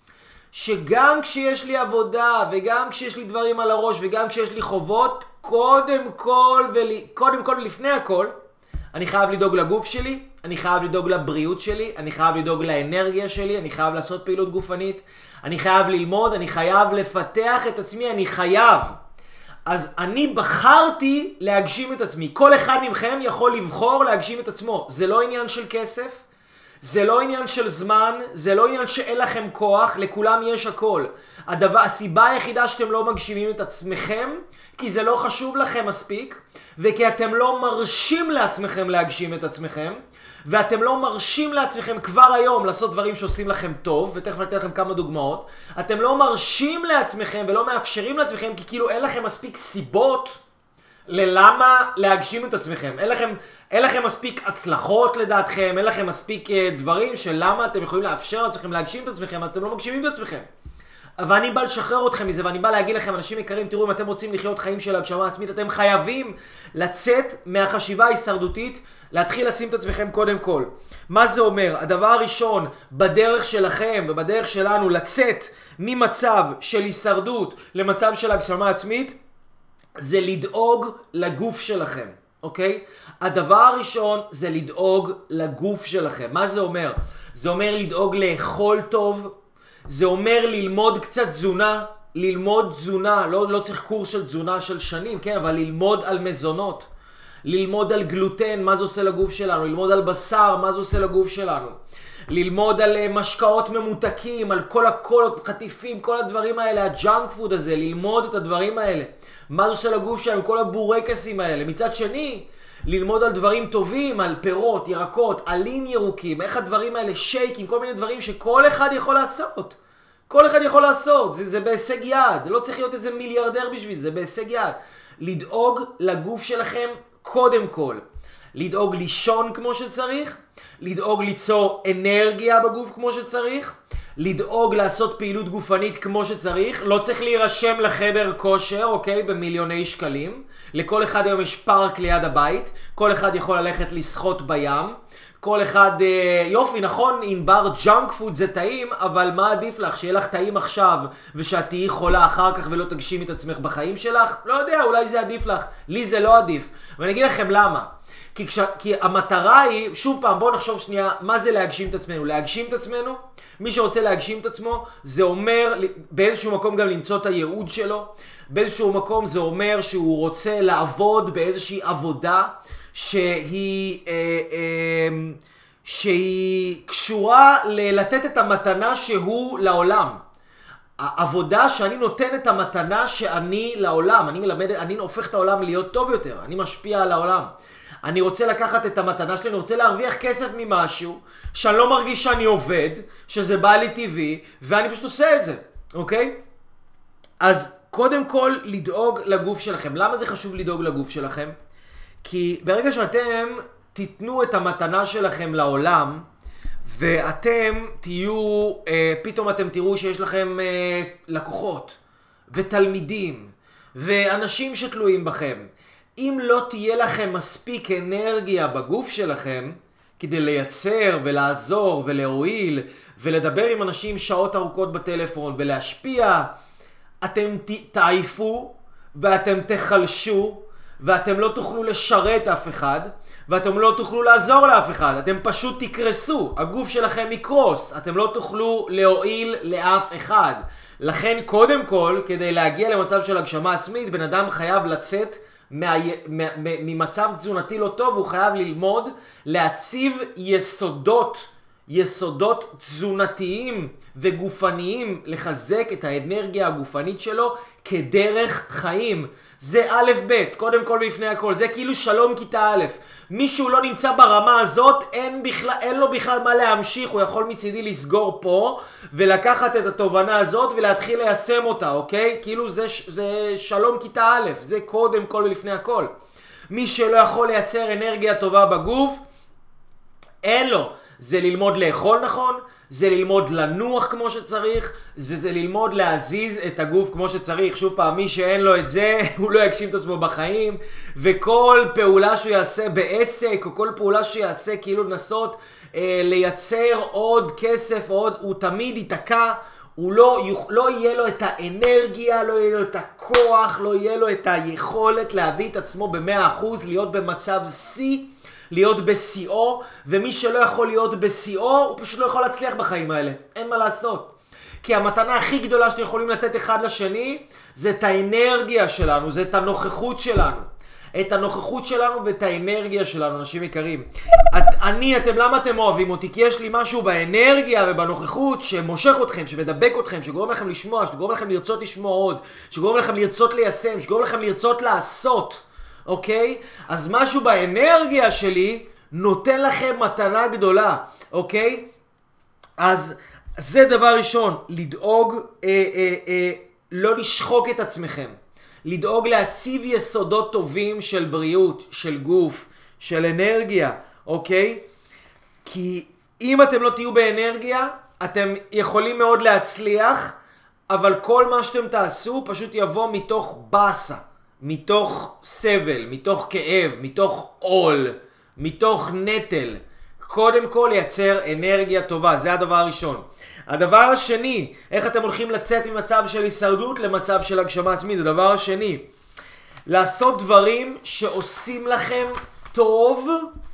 שגם כשיש לי עבודה, וגם כשיש לי דברים על הראש, וגם כשיש לי חובות, קודם כל, ול... קודם כל ולפני הכל, אני חייב לדאוג לגוף שלי, אני חייב לדאוג לבריאות שלי, אני חייב לדאוג לאנרגיה שלי, אני חייב לעשות פעילות גופנית, אני חייב ללמוד, אני חייב לפתח את עצמי, אני חייב. אז אני בחרתי להגשים את עצמי. כל אחד מכם יכול לבחור להגשים את עצמו. זה לא עניין של כסף, זה לא עניין של זמן, זה לא עניין שאין לכם כוח, לכולם יש הכל. הדבר, הסיבה היחידה שאתם לא מגשימים את עצמכם, כי זה לא חשוב לכם מספיק, וכי אתם לא מרשים לעצמכם להגשים את עצמכם, ואתם לא מרשים לעצמכם כבר היום לעשות דברים שעושים לכם טוב, ותכף אני אתן לכם כמה דוגמאות. אתם לא מרשים לעצמכם ולא מאפשרים לעצמכם, כי כאילו אין לכם מספיק סיבות ללמה להגשים את עצמכם. אין לכם, אין לכם מספיק הצלחות לדעתכם, אין לכם מספיק דברים של למה אתם יכולים לאפשר לעצמכם להגשים את עצמכם, אז אתם לא מגשימים את עצמכם. אבל אני בא לשחרר אתכם מזה, ואני בא להגיד לכם, אנשים יקרים, תראו, אם אתם רוצים לחיות חיים של הגשמה עצמית, אתם חייבים לצאת מהחשיבה ההישרדותית, להתחיל לשים את עצמכם קודם כל. מה זה אומר? הדבר הראשון, בדרך שלכם ובדרך שלנו, לצאת ממצב של הישרדות למצב של הגשמה עצמית, זה לדאוג לגוף שלכם, אוקיי? הדבר הראשון זה לדאוג לגוף שלכם. מה זה אומר? זה אומר לדאוג לאכול טוב, זה אומר ללמוד קצת תזונה, ללמוד תזונה, לא, לא צריך קורס של תזונה של שנים, כן? אבל ללמוד על מזונות, ללמוד על גלוטן, מה זה עושה לגוף שלנו, ללמוד על בשר, מה זה עושה לגוף שלנו, ללמוד על משקאות ממותקים, על כל הקולות, חטיפים, כל הדברים האלה, הג'אנק פוד הזה, ללמוד את הדברים האלה, מה זה עושה לגוף שלנו, כל הבורקסים האלה. מצד שני, ללמוד על דברים טובים, על פירות, ירקות, עלים ירוקים, איך הדברים האלה, שייקים, כל מיני דברים שכל אחד יכול לעשות. כל אחד יכול לעשות, זה, זה בהישג יד, לא צריך להיות איזה מיליארדר בשביל זה, זה בהישג יד. לדאוג לגוף שלכם קודם כל. לדאוג לישון כמו שצריך, לדאוג ליצור אנרגיה בגוף כמו שצריך, לדאוג לעשות פעילות גופנית כמו שצריך, לא צריך להירשם לחדר כושר, אוקיי, במיליוני שקלים. לכל אחד היום יש פארק ליד הבית, כל אחד יכול ללכת לשחות בים, כל אחד, אה, יופי, נכון, עם בר ג'אנק פוד זה טעים, אבל מה עדיף לך? שיהיה לך טעים עכשיו, ושאת תהיי חולה אחר כך ולא תגשימי את עצמך בחיים שלך? לא יודע, אולי זה עדיף לך, לי זה לא עדיף. ואני אגיד לכם למה. כי, כש, כי המטרה היא, שוב פעם, בואו נחשוב שנייה, מה זה להגשים את עצמנו? להגשים את עצמנו, מי שרוצה להגשים את עצמו, זה אומר באיזשהו מקום גם למצוא את הייעוד שלו, באיזשהו מקום זה אומר שהוא רוצה לעבוד באיזושהי עבודה שהיא, אה, אה, שהיא קשורה לתת את המתנה שהוא לעולם. העבודה שאני נותן את המתנה שאני לעולם, אני מלמד, אני הופך את העולם להיות טוב יותר, אני משפיע על העולם. אני רוצה לקחת את המתנה שלי, אני רוצה להרוויח כסף ממשהו, שאני לא מרגיש שאני עובד, שזה בא לי טבעי, ואני פשוט עושה את זה, אוקיי? אז קודם כל לדאוג לגוף שלכם. למה זה חשוב לדאוג לגוף שלכם? כי ברגע שאתם תיתנו את המתנה שלכם לעולם, ואתם תהיו, אה, פתאום אתם תראו שיש לכם אה, לקוחות, ותלמידים, ואנשים שתלויים בכם. אם לא תהיה לכם מספיק אנרגיה בגוף שלכם, כדי לייצר ולעזור ולהועיל, ולדבר עם אנשים שעות ארוכות בטלפון, ולהשפיע, אתם תעייפו, ואתם תחלשו, ואתם לא תוכלו לשרת אף אחד, ואתם לא תוכלו לעזור לאף אחד. אתם פשוט תקרסו, הגוף שלכם יקרוס, אתם לא תוכלו להועיל לאף אחד. לכן קודם כל, כדי להגיע למצב של הגשמה עצמית, בן אדם חייב לצאת מה, מה, ממצב תזונתי לא טוב, הוא חייב ללמוד להציב יסודות, יסודות תזונתיים וגופניים, לחזק את האנרגיה הגופנית שלו כדרך חיים. זה א' ב', קודם כל ולפני הכל, זה כאילו שלום כיתה א'. מישהו לא נמצא ברמה הזאת, אין, בכלל, אין לו בכלל מה להמשיך, הוא יכול מצידי לסגור פה ולקחת את התובנה הזאת ולהתחיל ליישם אותה, אוקיי? כאילו זה, זה שלום כיתה א', זה קודם כל ולפני הכל. מי שלא יכול לייצר אנרגיה טובה בגוף, אין לו. זה ללמוד לאכול נכון, זה ללמוד לנוח כמו שצריך, וזה ללמוד להזיז את הגוף כמו שצריך. שוב פעם, מי שאין לו את זה, הוא לא יגשים את עצמו בחיים, וכל פעולה שהוא יעשה בעסק, או כל פעולה שהוא יעשה כאילו לנסות אה, לייצר עוד כסף, עוד, הוא תמיד ייתקע, הוא לא, לא יהיה לו את האנרגיה, לא יהיה לו את הכוח, לא יהיה לו את היכולת להביא את עצמו ב-מאה אחוז, להיות במצב C, להיות בשיאו, ומי שלא יכול להיות בשיאו, הוא פשוט לא יכול להצליח בחיים האלה. אין מה לעשות. כי המתנה הכי גדולה שאתם יכולים לתת אחד לשני, זה את האנרגיה שלנו, זה את הנוכחות שלנו. את הנוכחות שלנו ואת האנרגיה שלנו, אנשים יקרים. את, אני, אתם, למה אתם אוהבים אותי? כי יש לי משהו באנרגיה ובנוכחות שמושך אתכם, שמדבק אתכם, שגורם לכם לשמוע, שגורם לכם לרצות לשמוע עוד, שגורם לכם לרצות ליישם, שגורם לכם לרצות לעשות, אוקיי? אז משהו באנרגיה שלי נותן לכם מתנה גדולה, אוקיי? אז זה דבר ראשון, לדאוג, אה, אה, אה, לא לשחוק את עצמכם. לדאוג להציב יסודות טובים של בריאות, של גוף, של אנרגיה, אוקיי? כי אם אתם לא תהיו באנרגיה, אתם יכולים מאוד להצליח, אבל כל מה שאתם תעשו פשוט יבוא מתוך בסה, מתוך סבל, מתוך כאב, מתוך עול, מתוך נטל. קודם כל לייצר אנרגיה טובה, זה הדבר הראשון. הדבר השני, איך אתם הולכים לצאת ממצב של הישרדות למצב של הגשמה עצמית. הדבר השני, לעשות דברים שעושים לכם טוב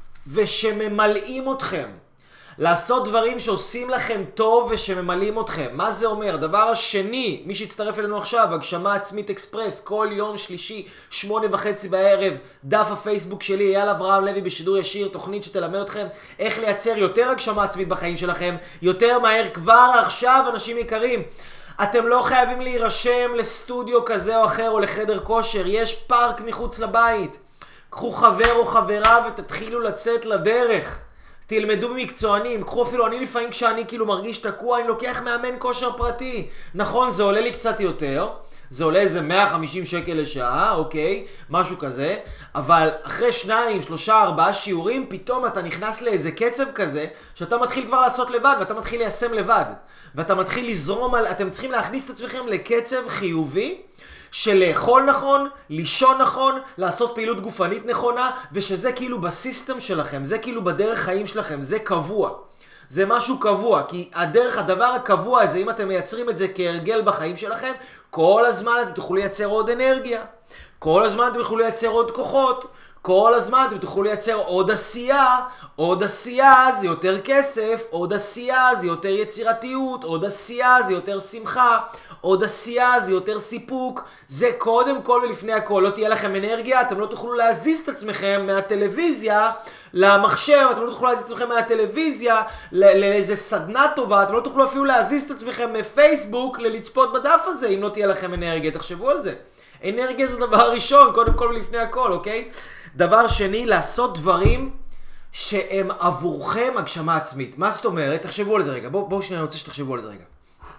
ושממלאים אתכם. לעשות דברים שעושים לכם טוב ושממלאים אתכם. מה זה אומר? הדבר השני, מי שיצטרף אלינו עכשיו, הגשמה עצמית אקספרס, כל יום שלישי, שמונה וחצי בערב, דף הפייסבוק שלי, אייל אברהם לוי בשידור ישיר, תוכנית שתלמד אתכם איך לייצר יותר הגשמה עצמית בחיים שלכם, יותר מהר כבר עכשיו, אנשים יקרים. אתם לא חייבים להירשם לסטודיו כזה או אחר או לחדר כושר, יש פארק מחוץ לבית. קחו חבר או חברה ותתחילו לצאת לדרך. תלמדו במקצוענים, קחו אפילו, אני לפעמים כשאני כאילו מרגיש תקוע, אני לוקח מאמן כושר פרטי. נכון, זה עולה לי קצת יותר, זה עולה איזה מאה וחמישים שקל לשעה, אוקיי, משהו כזה, אבל אחרי שניים, שלושה, ארבעה שיעורים, פתאום אתה נכנס לאיזה קצב כזה, שאתה מתחיל כבר לעשות לבד, ואתה מתחיל ליישם לבד, ואתה מתחיל לזרום על, אתם צריכים להכניס את עצמכם לקצב חיובי, של לאכול נכון, לישון נכון, לעשות פעילות גופנית נכונה, ושזה כאילו בסיסטם שלכם, זה כאילו בדרך חיים שלכם, זה קבוע. זה משהו קבוע, כי הדרך, הדבר הקבוע הזה, אם אתם מייצרים את זה כהרגל בחיים שלכם, כל הזמן אתם תוכלו לייצר עוד אנרגיה, כל הזמן אתם תוכלו לייצר עוד כוחות, כל הזמן אתם תוכלו לייצר עוד עשייה, עוד עשייה זה יותר כסף, עוד עשייה זה יותר יצירתיות, עוד עשייה זה יותר שמחה, עוד עשייה זה יותר סיפוק. זה קודם כל ולפני הכל. לא תהיה לכם אנרגיה, אתם לא תוכלו להזיז את עצמכם מהטלוויזיה למחשב, אתם לא תוכלו להזיז את עצמכם מהטלוויזיה לאיזה סדנה טובה, אתם לא תוכלו אפילו להזיז את עצמכם מפייסבוק ללצפות בדף הזה אם לא תהיה לכם אנרגיה. תחשבו על זה. אנרגיה זה דבר ראשון, קודם כל ולפני הכל, אוקיי? דבר שני, לעשות דברים שהם עבורכם הגשמה עצמית. מה זאת אומרת? תחשבו על זה רגע. בואו בוא שנייה, אני רוצה שתחשבו על זה רגע.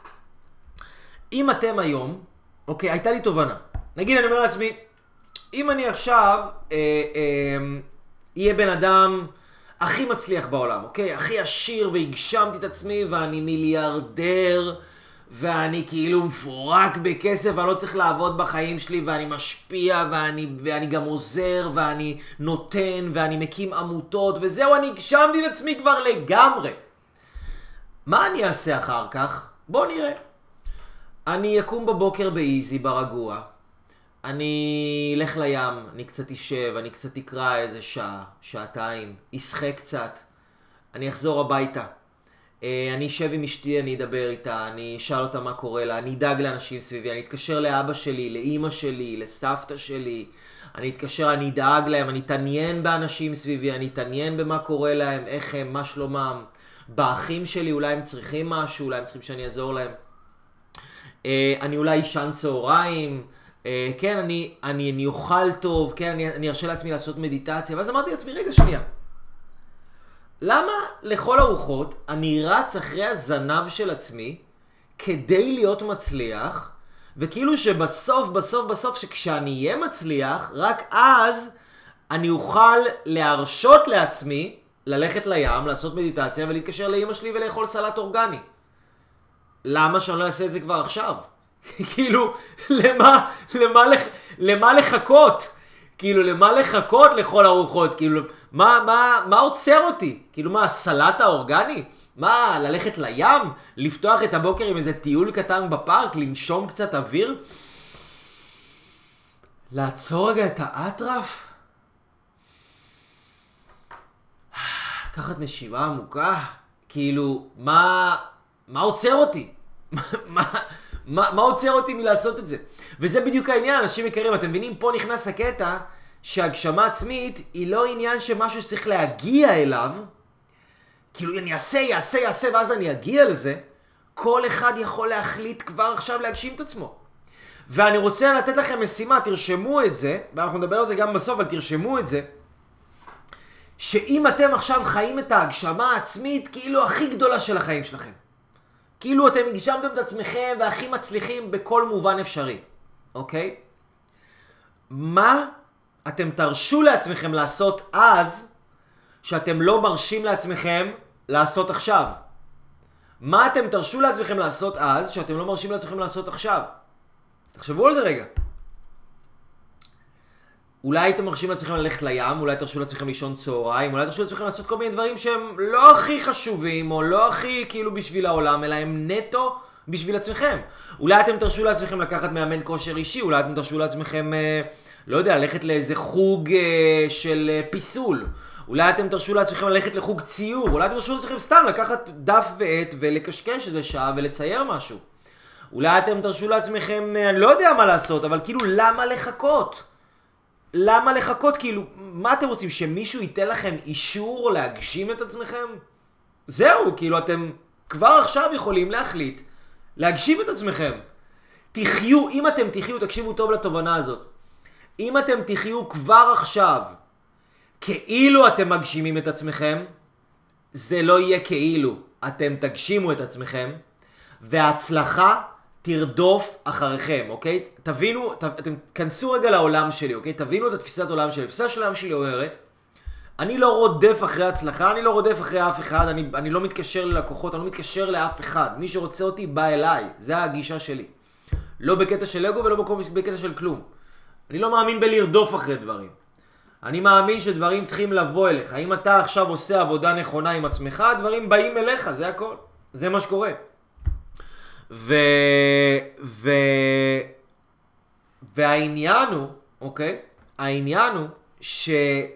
אם אתם היום, אוקיי, הייתה לי תובנה. נגיד, אני אומר לעצמי, אם אני עכשיו אה, אה, יהיה בן אדם הכי מצליח בעולם, אוקיי? הכי עשיר והגשמתי את עצמי ואני מיליארדר ואני כאילו מפורק בכסף ואני לא צריך לעבוד בחיים שלי ואני משפיע ואני, ואני גם עוזר ואני נותן ואני מקים עמותות וזהו, אני הגשמתי את עצמי כבר לגמרי. מה אני אעשה אחר כך? בואו נראה. אני אקום בבוקר באיזי, ברגוע. אני אלך לים, אני קצת יישב, אני קצת אקרא איזה שעה, שעתיים, אשחה קצת. אני אחזור הביתה. אני אשב עם אשתי, אני אדבר איתה, אני אשאל אותה מה קורה לה, אני אדאג לאנשים סביבי, אני אתקשר לאבא שלי, לאמא שלי, לסבתא שלי. אני אתקשר, אני אדאג להם, אני אתעניין באנשים סביבי, אני אתעניין במה קורה להם, איך הם, מה שלומם. באחים שלי, אולי הם צריכים משהו, אולי הם צריכים שאני אעזור להם. אני אולי ישן צהריים, כן, אני, אני, אני אוכל טוב, כן, אני, אני ארשה לעצמי לעשות מדיטציה, ואז אמרתי לעצמי, רגע שנייה, למה לכל הרוחות אני רץ אחרי הזנב של עצמי כדי להיות מצליח, וכאילו שבסוף, בסוף, בסוף, שכשאני אהיה מצליח, רק אז אני אוכל להרשות לעצמי ללכת לים, לעשות מדיטציה ולהתקשר לאמא שלי ולאכול סלט אורגני. למה שאני לא אעשה את זה כבר עכשיו? כאילו, למה, למה, לח, למה לחכות? כאילו, למה לחכות לכל הרוחות? כאילו, מה, מה, מה עוצר אותי? כאילו, מה, הסלט האורגני? מה, ללכת לים? לפתוח את הבוקר עם איזה טיול קטן בפארק? לנשום קצת אוויר? לעצור רגע את האטרף? לקחת נשימה עמוקה? כאילו, מה, מה עוצר אותי? מה, מה, מה עוצר אותי מלעשות את זה? וזה בדיוק העניין, אנשים יקרים, אתם מבינים? פה נכנס הקטע שהגשמה עצמית היא לא עניין שמשהו שצריך להגיע אליו, כאילו אני אעשה, יעשה, יעשה, ואז אני אגיע לזה. כל אחד יכול להחליט כבר עכשיו להגשים את עצמו. ואני רוצה לתת לכם משימה, תרשמו את זה, ואנחנו נדבר על זה גם בסוף, אבל תרשמו את זה, שאם אתם עכשיו חיים את ההגשמה העצמית כאילו הכי גדולה של החיים שלכם, כאילו אתם הגשמתם את עצמכם והכי מצליחים בכל מובן אפשרי, אוקיי? מה אתם תרשו לעצמכם לעשות אז, שאתם לא מרשים לעצמכם לעשות עכשיו? מה אתם תרשו לעצמכם לעשות אז, שאתם לא מרשים לעצמכם לעשות עכשיו? תחשבו על זה רגע. אולי אתם מרשים לעצמכם ללכת לים, אולי תרשו לעצמכם לישון צהריים, אולי תרשו לעצמכם לעשות כל מיני דברים שהם לא הכי חשובים, או לא הכי כאילו בשביל העולם, אלא הם נטו בשביל עצמכם. אולי אתם תרשו לעצמכם לקחת מאמן כושר אישי, אולי אתם תרשו לעצמכם, אה, לא יודע, ללכת לאיזה חוג אה, של אה, פיסול. אולי אתם תרשו לעצמכם ללכת לחוג ציור, אולי אתם תרשו לעצמכם סתם לקחת דף ועט ולקשקש איזה שעה ולצייר משהו. אולי אתם תרשו לעצמכם, אני לא יודע מה לעשות, אבל כאילו למה לחכות? למה לחכות? כאילו, מה אתם רוצים? שמישהו ייתן לכם אישור להגשים את עצמכם? זהו, כאילו אתם כבר עכשיו יכולים להחליט להגשים את עצמכם. תחיו, אם אתם תחיו, תקשיבו טוב לתובנה הזאת. אם אתם תחיו כבר עכשיו כאילו אתם מגשימים את עצמכם, זה לא יהיה כאילו. אתם תגשימו את עצמכם, וההצלחה תרדוף אחריכם, אוקיי? תבינו, ת, אתם כנסו רגע לעולם שלי, אוקיי? תבינו את התפיסת עולם שלי. התפיסה של העולם שלי אומרת, אני לא רודף אחרי הצלחה, אני לא רודף אחרי אף אחד, אני, אני לא מתקשר ללקוחות, אני לא מתקשר לאף אחד. מי שרוצה אותי בא אליי, זה הגישה שלי. לא בקטע של אגו ולא בקטע של כלום. אני לא מאמין בלרדוף אחרי דברים. אני מאמין שדברים צריכים לבוא אליך. אם אתה עכשיו עושה עבודה נכונה עם עצמך, הדברים באים אליך, זה הכל. זה מה שקורה. ו... ו... והעניין הוא, אוקיי? העניין הוא ש...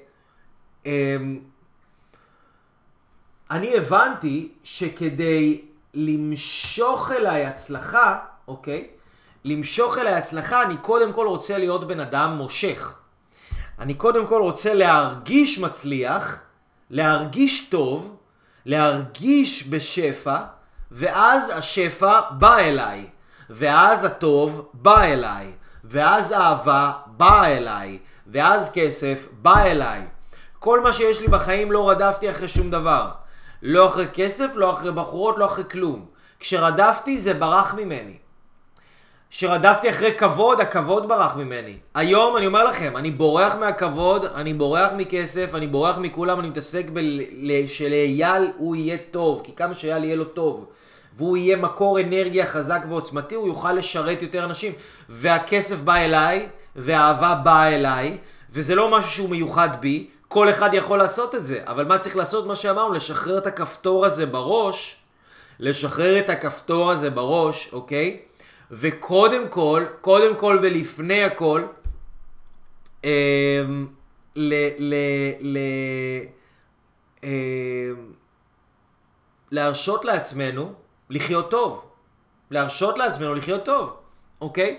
אני הבנתי שכדי למשוך אליי הצלחה, אוקיי? למשוך אליי הצלחה, אני קודם כל רוצה להיות בן אדם מושך. אני קודם כל רוצה להרגיש מצליח, להרגיש טוב, להרגיש בשפע, ואז השפע בא אליי, ואז הטוב בא אליי, ואז אהבה בא אליי, ואז כסף בא אליי. כל מה שיש לי בחיים לא רדפתי אחרי שום דבר. לא אחרי כסף, לא אחרי בחורות, לא אחרי כלום. כשרדפתי זה ברח ממני. כשרדפתי אחרי כבוד, הכבוד ברח ממני. היום אני אומר לכם, אני בורח מהכבוד, אני בורח מכסף, אני בורח מכולם, אני מתעסק שלאייל הוא יהיה טוב, כי כמה שאייל יהיה לו טוב, והוא יהיה מקור אנרגיה חזק ועוצמתי, הוא יוכל לשרת יותר אנשים. והכסף בא אליי, והאהבה באה אליי, וזה לא משהו שהוא מיוחד בי, כל אחד יכול לעשות את זה. אבל מה צריך לעשות? מה שאמרנו, לשחרר את הכפתור הזה בראש, לשחרר את הכפתור הזה בראש, אוקיי? וקודם כל, קודם כל ולפני הכל, אה, ל, ל, ל, אה, להרשות לעצמנו לחיות טוב. להרשות לעצמנו לחיות טוב, אוקיי?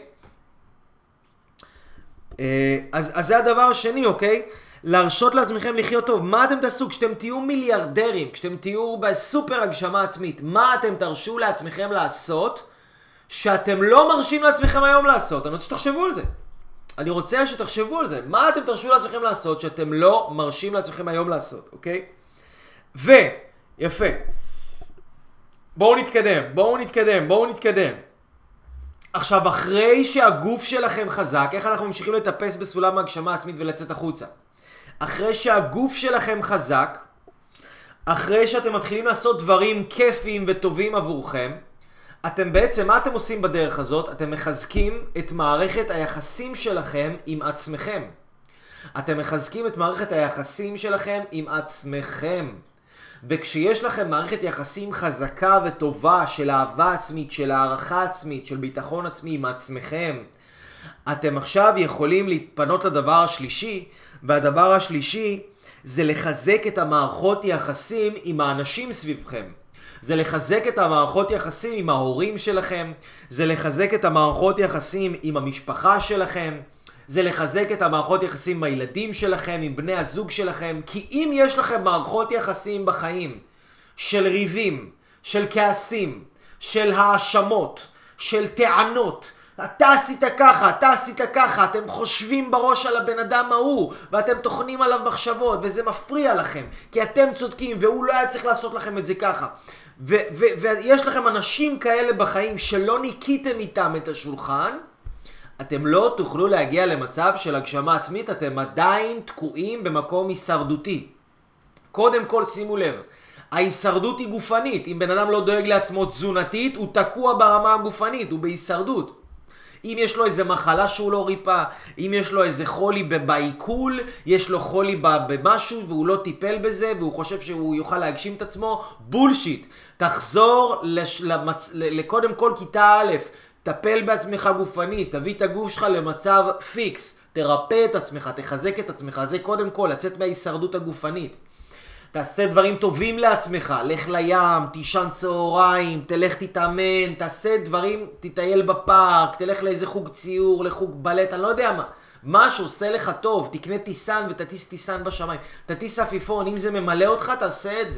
אה, אז, אז זה הדבר השני, אוקיי? להרשות לעצמכם לחיות טוב. מה אתם תעשו כשאתם תהיו מיליארדרים, כשאתם תהיו בסופר הגשמה עצמית? מה אתם תרשו לעצמכם לעשות שאתם לא מרשים לעצמכם היום לעשות? אני רוצה שתחשבו על זה. אני רוצה שתחשבו על זה. מה אתם תרשו לעצמכם לעשות שאתם לא מרשים לעצמכם היום לעשות, אוקיי? ויפה. בואו נתקדם, בואו נתקדם, בואו נתקדם. עכשיו, אחרי שהגוף שלכם חזק, איך אנחנו ממשיכים לטפס בסולם ההגשמה העצמית ולצאת החוצה? אחרי שהגוף שלכם חזק, אחרי שאתם מתחילים לעשות דברים כיפיים וטובים עבורכם, אתם בעצם, מה אתם עושים בדרך הזאת? אתם מחזקים את מערכת היחסים שלכם עם עצמכם. אתם מחזקים את מערכת היחסים שלכם עם עצמכם. וכשיש לכם מערכת יחסים חזקה וטובה של אהבה עצמית, של הערכה עצמית, של ביטחון עצמי עם עצמכם, אתם עכשיו יכולים להתפנות לדבר השלישי, והדבר השלישי זה לחזק את המערכות יחסים עם האנשים סביבכם. זה לחזק את המערכות יחסים עם ההורים שלכם, זה לחזק את המערכות יחסים עם המשפחה שלכם, זה לחזק את המערכות יחסים עם הילדים שלכם, עם בני הזוג שלכם, כי אם יש לכם מערכות יחסים בחיים של ריבים, של כעסים, של האשמות, של טענות, אתה עשית ככה, אתה עשית ככה, אתם חושבים בראש על הבן אדם ההוא, ואתם תוכנים עליו מחשבות, וזה מפריע לכם, כי אתם צודקים, והוא לא היה צריך לעשות לכם את זה ככה. ו- ו- ויש לכם אנשים כאלה בחיים שלא ניקיתם איתם את השולחן, אתם לא תוכלו להגיע למצב של הגשמה עצמית, אתם עדיין תקועים במקום הישרדותי. קודם כל שימו לב, ההישרדות היא גופנית. אם בן אדם לא דואג לעצמו תזונתית, הוא תקוע ברמה הגופנית, הוא בהישרדות. אם יש לו איזה מחלה שהוא לא ריפה, אם יש לו איזה חולי בעיכול, יש לו חולי במשהו והוא לא טיפל בזה והוא חושב שהוא יוכל להגשים את עצמו, בולשיט. תחזור לש... למצ... לקודם כל כיתה א', טפל בעצמך גופנית, תביא את הגוף שלך למצב פיקס, תרפא את עצמך, תחזק את עצמך, זה קודם כל, לצאת מההישרדות הגופנית. תעשה דברים טובים לעצמך, לך לים, תישן צהריים, תלך תתאמן, תעשה דברים, תטייל בפארק, תלך לאיזה חוג ציור, לחוג בלט, אני לא יודע מה. מה שעושה לך טוב, תקנה טיסן ותטיס טיסן בשמיים, תטיס עפיפון, אם זה ממלא אותך, תעשה את זה.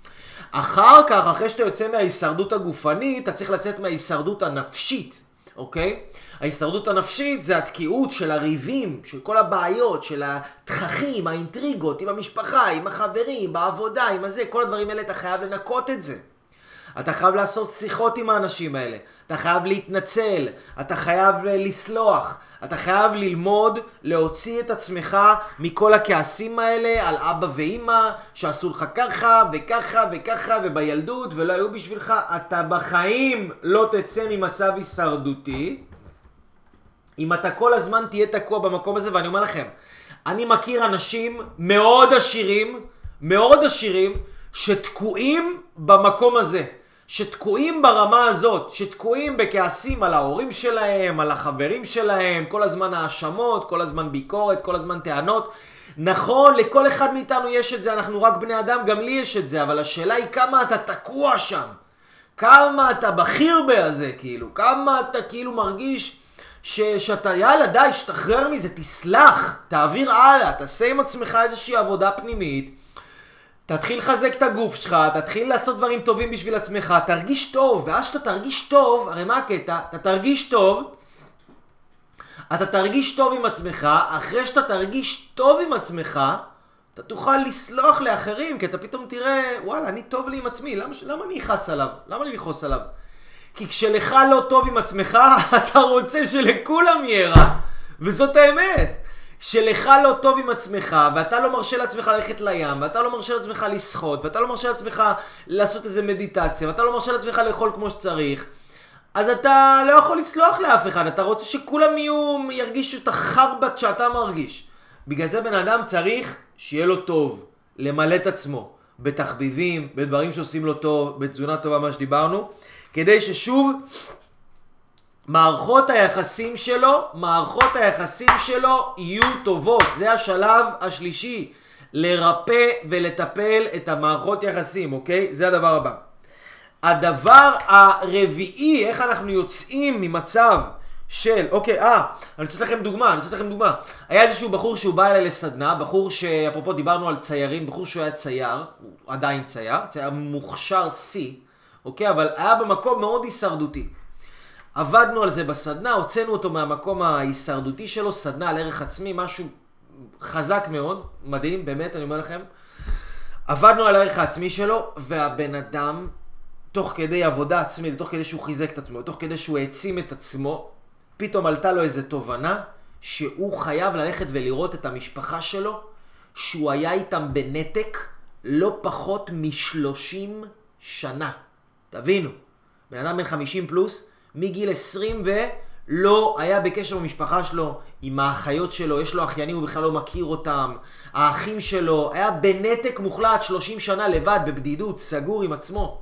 אחר כך, אחרי שאתה יוצא מההישרדות הגופנית, אתה צריך לצאת מההישרדות הנפשית, אוקיי? ההישרדות הנפשית זה התקיעות של הריבים, של כל הבעיות, של התככים, האינטריגות, עם המשפחה, עם החברים, בעבודה, עם הזה, כל הדברים האלה אתה חייב לנקות את זה. אתה חייב לעשות שיחות עם האנשים האלה, אתה חייב להתנצל, אתה חייב לסלוח, אתה חייב ללמוד להוציא את עצמך מכל הכעסים האלה על אבא ואמא שעשו לך ככה וככה וככה ובילדות ולא היו בשבילך. אתה בחיים לא תצא ממצב הישרדותי אם אתה כל הזמן תהיה תקוע במקום הזה. ואני אומר לכם, אני מכיר אנשים מאוד עשירים, מאוד עשירים, שתקועים במקום הזה, שתקועים ברמה הזאת, שתקועים בכעסים על ההורים שלהם, על החברים שלהם, כל הזמן האשמות, כל הזמן ביקורת, כל הזמן טענות. נכון, לכל אחד מאיתנו יש את זה, אנחנו רק בני אדם, גם לי יש את זה, אבל השאלה היא כמה אתה תקוע שם, כמה אתה בכיר בזה, כאילו, כמה אתה כאילו מרגיש ש, שאתה, יאללה, די, שתחרר מזה, תסלח, תעביר הלאה, תעשה עם עצמך איזושהי עבודה פנימית, תתחיל לחזק את הגוף שלך, תתחיל לעשות דברים טובים בשביל עצמך, תרגיש טוב, ואז שאתה תרגיש טוב, הרי מה הקטע? אתה תרגיש טוב, אתה תרגיש טוב עם עצמך, אחרי שאתה תרגיש טוב עם עצמך, אתה תוכל לסלוח לאחרים, כי אתה פתאום תראה, וואלה, אני טוב לי עם עצמי, למה, למה אני אחס עליו? למה אני לכעוס עליו? כי כשלך לא טוב עם עצמך, אתה רוצה שלכולם יהיה רע, וזאת האמת. שלך לא טוב עם עצמך, ואתה לא מרשה לעצמך ללכת לים, ואתה לא מרשה לעצמך לשחות, ואתה לא מרשה לעצמך לעשות איזה מדיטציה, ואתה לא מרשה לעצמך לאכול כמו שצריך, אז אתה לא יכול לסלוח לאף אחד, אתה רוצה שכולם יהיו, ירגישו את החרבת שאתה מרגיש. בגלל זה בן אדם צריך שיהיה לו טוב, למלא את עצמו, בתחביבים, בדברים שעושים לו טוב, בתזונה טובה, מה שדיברנו, כדי ששוב מערכות היחסים שלו, מערכות היחסים שלו יהיו טובות. זה השלב השלישי, לרפא ולטפל את המערכות יחסים, אוקיי? זה הדבר הבא. הדבר הרביעי, איך אנחנו יוצאים ממצב של, אוקיי, אה, אני רוצה לכם דוגמה, אני רוצה לכם דוגמה. היה איזשהו בחור שהוא בא אליי לסדנה, בחור שאפרופו דיברנו על ציירים, בחור שהוא היה צייר, הוא עדיין צייר, צייר מוכשר C, אוקיי? אבל היה במקום מאוד הישרדותי. עבדנו על זה בסדנה, הוצאנו אותו מהמקום ההישרדותי שלו, סדנה על ערך עצמי, משהו חזק מאוד, מדהים, באמת, אני אומר לכם. עבדנו על הערך העצמי שלו, והבן אדם, תוך כדי עבודה עצמית, תוך כדי שהוא חיזק את עצמו, תוך כדי שהוא העצים את עצמו, פתאום עלתה לו איזו תובנה, שהוא חייב ללכת ולראות את המשפחה שלו, שהוא היה איתם בנתק לא פחות משלושים שנה. תבינו, בן אדם בן חמישים פלוס, מגיל עשרים ולא היה בקשר במשפחה שלו, עם האחיות שלו, יש לו אחיינים, הוא בכלל לא מכיר אותם, האחים שלו, היה בנתק מוחלט שלושים שנה לבד, בבדידות, סגור עם עצמו.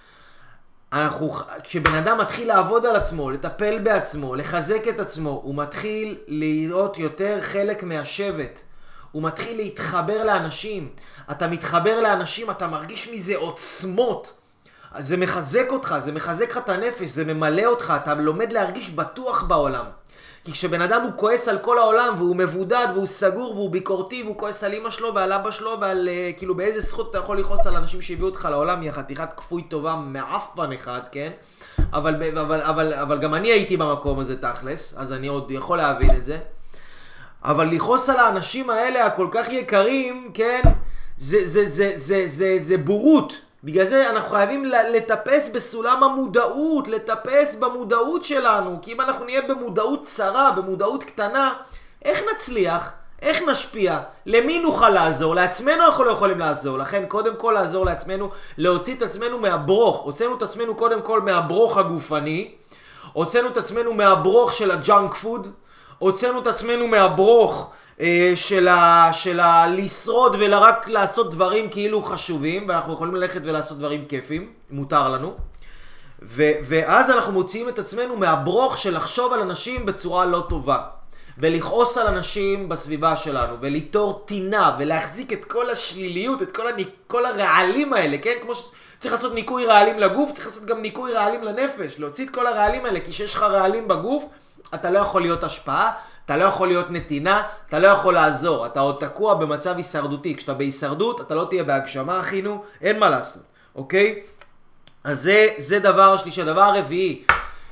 אנחנו, כשבן אדם מתחיל לעבוד על עצמו, לטפל בעצמו, לחזק את עצמו, הוא מתחיל להיות יותר חלק מהשבט. הוא מתחיל להתחבר לאנשים. אתה מתחבר לאנשים, אתה מרגיש מזה עוצמות. זה מחזק אותך, זה מחזק לך את הנפש, זה ממלא אותך, אתה לומד להרגיש בטוח בעולם. כי כשבן אדם הוא כועס על כל העולם, והוא מבודד, והוא סגור, והוא ביקורתי, והוא כועס על אמא שלו ועל אבא שלו, ועל כאילו באיזה זכות אתה יכול לכעוס על אנשים שהביאו אותך לעולם, היא חתיכת כפוי טובה מעפן אחד, כן? אבל, אבל, אבל, אבל גם אני הייתי במקום הזה תכלס, אז אני עוד יכול להבין את זה. אבל לכעוס על האנשים האלה הכל כך יקרים, כן? זה, זה, זה, זה, זה, זה בורות. בגלל זה אנחנו חייבים לטפס בסולם המודעות, לטפס במודעות שלנו. כי אם אנחנו נהיה במודעות צרה, במודעות קטנה, איך נצליח? איך נשפיע? למי נוכל לעזור? לעצמנו אנחנו לא יכולים לעזור. לכן קודם כל לעזור לעצמנו, להוציא את עצמנו מהברוך. הוצאנו את עצמנו קודם כל מהברוך הגופני, הוצאנו את עצמנו מהברוך של הג'אנק פוד, הוצאנו את עצמנו מהברוך אה, של, ה, של ה, לשרוד ורק לעשות דברים כאילו חשובים, ואנחנו יכולים ללכת ולעשות דברים כיפים, מותר לנו. ו, ואז אנחנו מוציאים את עצמנו מהברוך של לחשוב על אנשים בצורה לא טובה. ולכעוס על אנשים בסביבה שלנו, וליטור טינה, ולהחזיק את כל השליליות, את כל, הניק, כל הרעלים האלה, כן? כמו שצריך לעשות ניקוי רעלים לגוף, צריך לעשות גם ניקוי רעלים לנפש, להוציא את כל הרעלים האלה, כי שיש לך רעלים בגוף, אתה לא יכול להיות השפעה, אתה לא יכול להיות נתינה, אתה לא יכול לעזור, אתה עוד תקוע במצב הישרדותי. כשאתה בהישרדות, אתה לא תהיה בהגשמה, אחינו, אין מה לעשות, אוקיי? אז זה, זה דבר שלישי. הדבר הרביעי,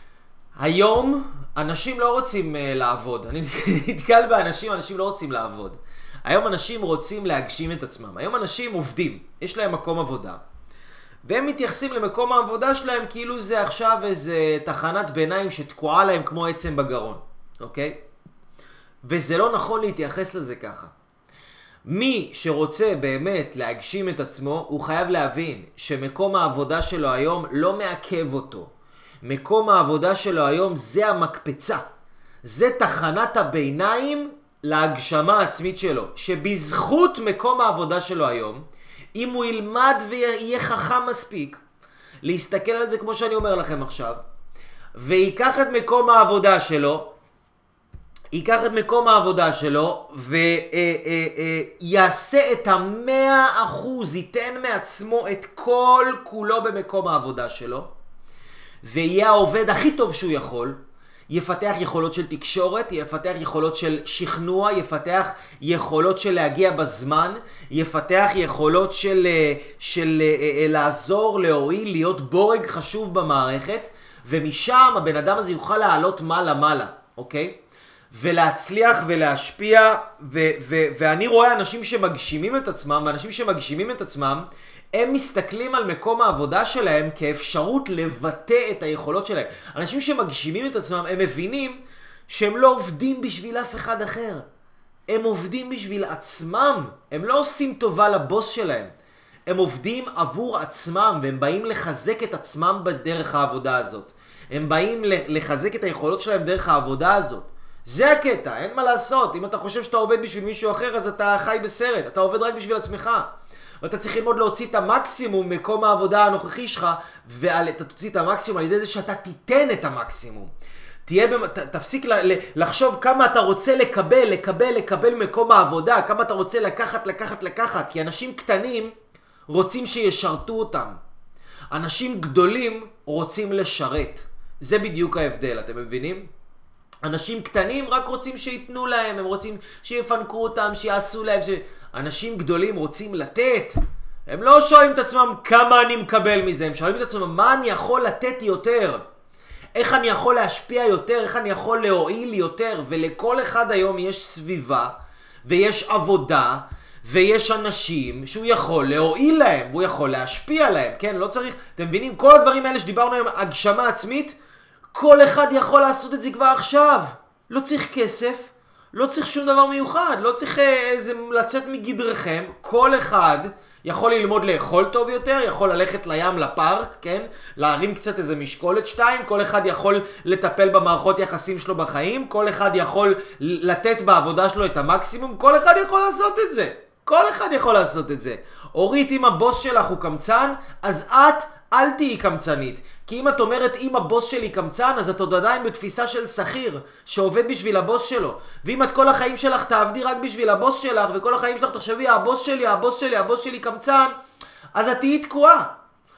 היום אנשים לא רוצים uh, לעבוד. אני נתקל באנשים, אנשים לא רוצים לעבוד. היום אנשים רוצים להגשים את עצמם. היום אנשים עובדים, יש להם מקום עבודה. והם מתייחסים למקום העבודה שלהם כאילו זה עכשיו איזה תחנת ביניים שתקועה להם כמו עצם בגרון, אוקיי? וזה לא נכון להתייחס לזה ככה. מי שרוצה באמת להגשים את עצמו, הוא חייב להבין שמקום העבודה שלו היום לא מעכב אותו. מקום העבודה שלו היום זה המקפצה. זה תחנת הביניים להגשמה העצמית שלו. שבזכות מקום העבודה שלו היום, אם הוא ילמד ויהיה חכם מספיק, להסתכל על זה כמו שאני אומר לכם עכשיו, ויקח את מקום העבודה שלו, ייקח את מקום העבודה שלו, ויעשה את המאה אחוז, ייתן מעצמו את כל כולו במקום העבודה שלו, ויהיה העובד הכי טוב שהוא יכול, יפתח יכולות של תקשורת, יפתח יכולות של שכנוע, יפתח יכולות של להגיע בזמן, יפתח יכולות של, של לעזור, להועיל, להיות בורג חשוב במערכת, ומשם הבן אדם הזה יוכל לעלות מעלה מעלה, אוקיי? ולהצליח ולהשפיע, ו- ו- ואני רואה אנשים שמגשימים את עצמם, ואנשים שמגשימים את עצמם, הם מסתכלים על מקום העבודה שלהם כאפשרות לבטא את היכולות שלהם. אנשים שמגשימים את עצמם, הם מבינים שהם לא עובדים בשביל אף אחד אחר. הם עובדים בשביל עצמם. הם לא עושים טובה לבוס שלהם. הם עובדים עבור עצמם, והם באים לחזק את עצמם בדרך העבודה הזאת. הם באים לחזק את היכולות שלהם דרך העבודה הזאת. זה הקטע, אין מה לעשות. אם אתה חושב שאתה עובד בשביל מישהו אחר, אז אתה חי בסרט. אתה עובד רק בשביל עצמך. ואתה צריך ללמוד להוציא את המקסימום מקום העבודה הנוכחי שלך, ואתה תוציא את המקסימום על ידי זה שאתה תיתן את המקסימום. תהיה במ... ת, תפסיק ל... לחשוב כמה אתה רוצה לקבל, לקבל, לקבל מקום העבודה, כמה אתה רוצה לקחת, לקחת, לקחת. כי אנשים קטנים רוצים שישרתו אותם. אנשים גדולים רוצים לשרת. זה בדיוק ההבדל, אתם מבינים? אנשים קטנים רק רוצים שיתנו להם, הם רוצים שיפנקו אותם, שיעשו להם. ש... אנשים גדולים רוצים לתת. הם לא שואלים את עצמם כמה אני מקבל מזה, הם שואלים את עצמם מה אני יכול לתת יותר. איך אני יכול להשפיע יותר, איך אני יכול להועיל יותר. ולכל אחד היום יש סביבה, ויש עבודה, ויש אנשים שהוא יכול להועיל להם, והוא יכול להשפיע להם. כן, לא צריך, אתם מבינים? כל הדברים האלה שדיברנו היום, הגשמה עצמית, כל אחד יכול לעשות את זה כבר עכשיו. לא צריך כסף, לא צריך שום דבר מיוחד, לא צריך איזה, לצאת מגדרכם. כל אחד יכול ללמוד לאכול טוב יותר, יכול ללכת לים, לפארק, כן? להרים קצת איזה משקולת שתיים, כל אחד יכול לטפל במערכות יחסים שלו בחיים, כל אחד יכול לתת בעבודה שלו את המקסימום, כל אחד יכול לעשות את זה. כל אחד יכול לעשות את זה. אורית, אם הבוס שלך הוא קמצן, אז את אל תהיי קמצנית. כי אם את אומרת, אם הבוס שלי קמצן, אז את עוד עדיין בתפיסה של שכיר, שעובד בשביל הבוס שלו. ואם את כל החיים שלך תעבדי רק בשביל הבוס שלך, וכל החיים שלך תחשבי, הבוס שלי, הבוס שלי, הבוס שלי קמצן, אז את תהיי תקועה.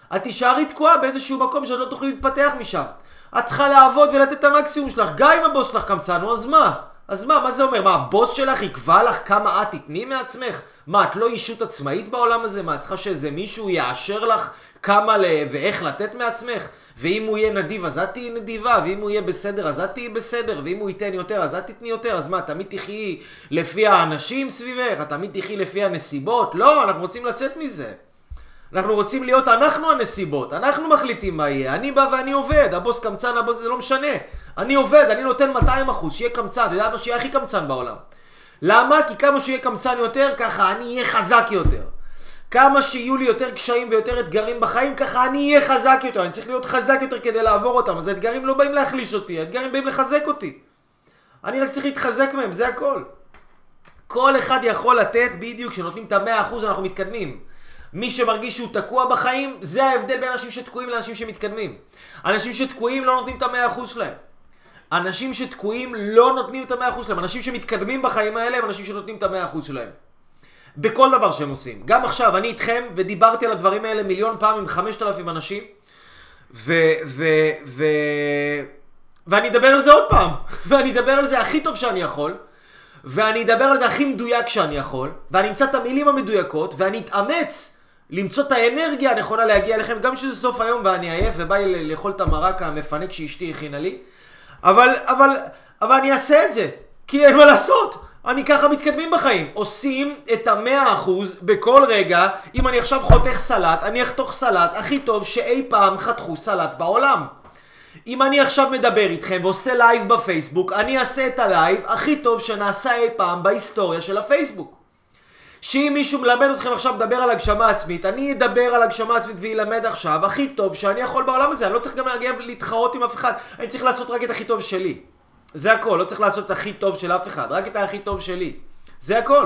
את תישארי תקועה באיזשהו מקום שאת לא תוכלי להתפתח משם. את צריכה לעבוד ולתת את המקסימום שלך. גם אם הבוס שלך קמצן, אז מה? אז מה? מה זה אומר? מה, הבוס שלך יקבע לך כמה את תתני מעצמך? מה, את לא אישות עצמאית בעולם הזה? מה, את צריכה שאיזה מישהו יאשר לך כמה ל... ואיך לתת מעצמך? ואם הוא יהיה נדיב אז את תהיי נדיבה, ואם הוא יהיה בסדר אז את תהיי בסדר, ואם הוא ייתן יותר אז את תתני יותר. אז מה, תמיד תחי לפי האנשים סביבך? תמיד תחי לפי הנסיבות? לא, אנחנו רוצים לצאת מזה. אנחנו רוצים להיות אנחנו הנסיבות, אנחנו מחליטים מה יהיה. אני בא ואני עובד, הבוס קמצן, הבוס זה לא משנה. אני עובד, אני נותן מאתיים אחוז, שיהיה קמצן, אתה יודע מה שיהיה הכי קמצן בעולם. למה? כי כמה שיהיה קמצן יותר, ככה אני אהיה חזק יותר. כמה שיהיו לי יותר קשיים ויותר אתגרים בחיים, ככה אני אהיה חזק יותר. אני צריך להיות חזק יותר כדי לעבור אותם. אז האתגרים לא באים להחליש אותי, האתגרים באים לחזק אותי. אני רק צריך להתחזק מהם, זה הכל. כל אחד יכול לתת בדיוק, כשנותנים את ה-מאה אחוז אנחנו מתקדמים. מי שמרגיש שהוא תקוע בחיים, זה ההבדל בין אנשים שתקועים לאנשים שמתקדמים. אנשים שתקועים לא נותנים את ה-מאה אחוז שלהם. אנשים שתקועים לא נותנים את ה-מאה אחוז שלהם. אנשים שמתקדמים בחיים האלה הם אנשים שנותנים את ה-מאה אחוז שלהם. בכל דבר שהם עושים. גם עכשיו, אני איתכם ודיברתי על הדברים האלה מיליון פעם עם חמשת אלפים אנשים. ו... ו... ו... ואני אדבר על זה עוד פעם. ואני אדבר על זה הכי טוב שאני יכול. ואני אדבר על זה הכי מדויק שאני יכול. ואני אמצא את המילים המדויקות. ואני אתאמץ למצוא את האנרגיה הנכונה להגיע אליכם. גם שזה סוף היום ואני עייף ובא לי לאכול את המרק המפנק שאשתי הכינה לי. אבל, אבל, אבל אני אעשה את זה. כי אין מה לעשות. אני ככה מתקדמים בחיים. עושים את המאה אחוז בכל רגע. אם אני עכשיו חותך סלט, אני אחתוך סלט הכי טוב שאי פעם חתכו סלט בעולם. אם אני עכשיו מדבר איתכם ועושה לייב בפייסבוק, אני אעשה את הלייב הכי טוב שנעשה אי פעם בהיסטוריה של הפייסבוק. שאם מישהו מלמד אתכם עכשיו לדבר על הגשמה עצמית, אני אדבר על הגשמה עצמית וילמד עכשיו הכי טוב שאני יכול בעולם הזה. אני לא צריך גם להגיע להתחרות עם אף אחד. אני צריך לעשות רק את הכי טוב שלי. זה הכל, לא צריך לעשות את הכי טוב של אף אחד, רק את הכי טוב שלי. זה הכל.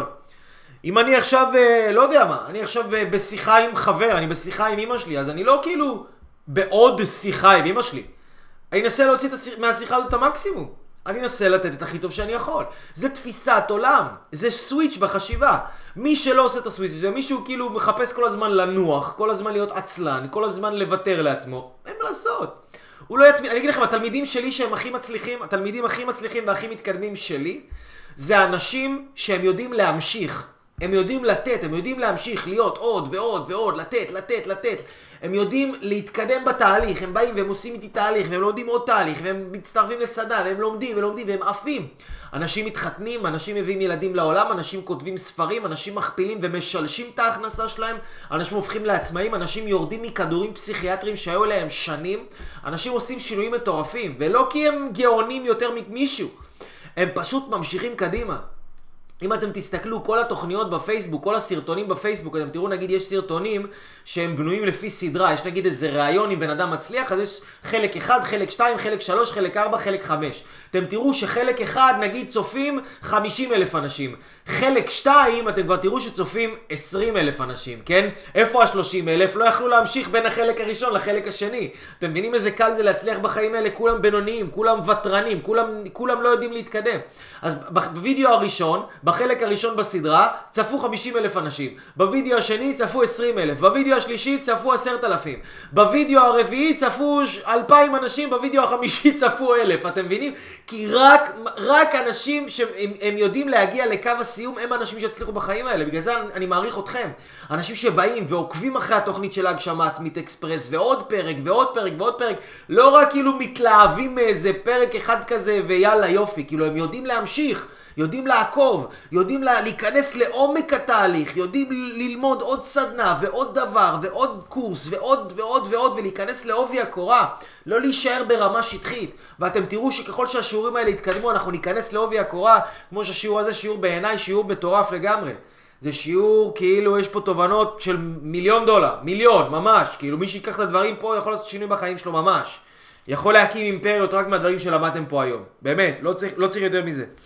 אם אני עכשיו, לא יודע מה, אני עכשיו בשיחה עם חבר, אני בשיחה עם אמא שלי, אז אני לא כאילו בעוד שיחה עם אמא שלי. אני אנסה להוציא מהשיחה הזאת את המקסימום. אני אנסה לתת את הכי טוב שאני יכול. זה תפיסת עולם, זה סוויץ' בחשיבה. מי שלא עושה את הסוויץ' זה מישהו כאילו מחפש כל הזמן לנוח, כל הזמן להיות עצלן, כל הזמן לוותר לעצמו. אין מה לעשות. הוא לא יתמיד, אני אגיד לכם, התלמידים שלי שהם הכי מצליחים, התלמידים הכי מצליחים והכי מתקדמים שלי, זה אנשים שהם יודעים להמשיך. הם יודעים לתת, הם יודעים להמשיך, להיות עוד ועוד ועוד, לתת, לתת, לתת. הם יודעים להתקדם בתהליך, הם באים והם עושים איתי תהליך, והם לומדים עוד תהליך, והם מצטרפים לסדה, והם לומדים ולומדים, והם עפים. אנשים מתחתנים, אנשים מביאים ילדים לעולם, אנשים כותבים ספרים, אנשים מכפילים ומשלשים את ההכנסה שלהם, אנשים הופכים לעצמאים, אנשים יורדים מכדורים פסיכיאטריים שהיו להם שנים, אנשים עושים שינויים מטורפים, ולא כי הם גאונים יותר ממישהו, הם פשוט ממשיכים קדימה. אם אתם תסתכלו כל התוכניות בפייסבוק, כל הסרטונים בפייסבוק, אתם תראו נגיד יש סרטונים שהם בנויים לפי סדרה, יש נגיד איזה ראיון עם בן אדם מצליח, אז יש חלק אחד, חלק שתיים, חלק שלוש, חלק ארבע, חלק חמש. אתם תראו שחלק אחד נגיד צופים חמישים אלף אנשים, חלק שתיים אתם כבר תראו שצופים עשרים אלף אנשים, כן? איפה ה-שלושים אלף? לא יכלו להמשיך בין החלק הראשון לחלק השני. אתם מבינים איזה קל זה להצליח בחיים האלה? כולם בינוניים, כולם וטרנים, כולם, כולם לא יודעים להתקדם. אז בווידאו הראשון, בחלק הראשון בסדרה, צפו חמישים אלף אנשים. בווידאו השני צפו עשרים אלף. בווידאו השלישי צפו עשרת אלפים. בווידאו הרביעי צפו אלפיים אנשים. בווידאו החמישי צפו אלף. אתם מבינים? כי רק, רק אנשים שהם הם יודעים להגיע לקו הסיום, הם האנשים שיצליחו בחיים האלה. בגלל זה אני מעריך אתכם. אנשים שבאים ועוקבים אחרי התוכנית של הגשמה עצמית אקספרס, ועוד פרק, ועוד פרק, ועוד פרק. לא רק כאילו מתלהבים מאיזה פרק אחד כזה, ויאללה יופי. כאילו הם יודעים להמשיך. יודעים לעקוב, יודעים לה, להיכנס לעומק התהליך, יודעים ללמוד עוד סדנה ועוד דבר ועוד קורס ועוד ועוד ועוד ולהיכנס לעובי הקורה, לא להישאר ברמה שטחית. ואתם תראו שככל שהשיעורים האלה יתקדמו אנחנו ניכנס לעובי הקורה, כמו שהשיעור הזה שיעור בעיניי שיעור מטורף לגמרי. זה שיעור כאילו יש פה תובנות של מיליון דולר, מיליון ממש, כאילו מי שיקח את הדברים פה יכול לעשות שינוי בחיים שלו ממש. יכול להקים אימפריות רק מהדברים שלמדתם פה היום, באמת, לא צריך, לא צריך יותר מזה.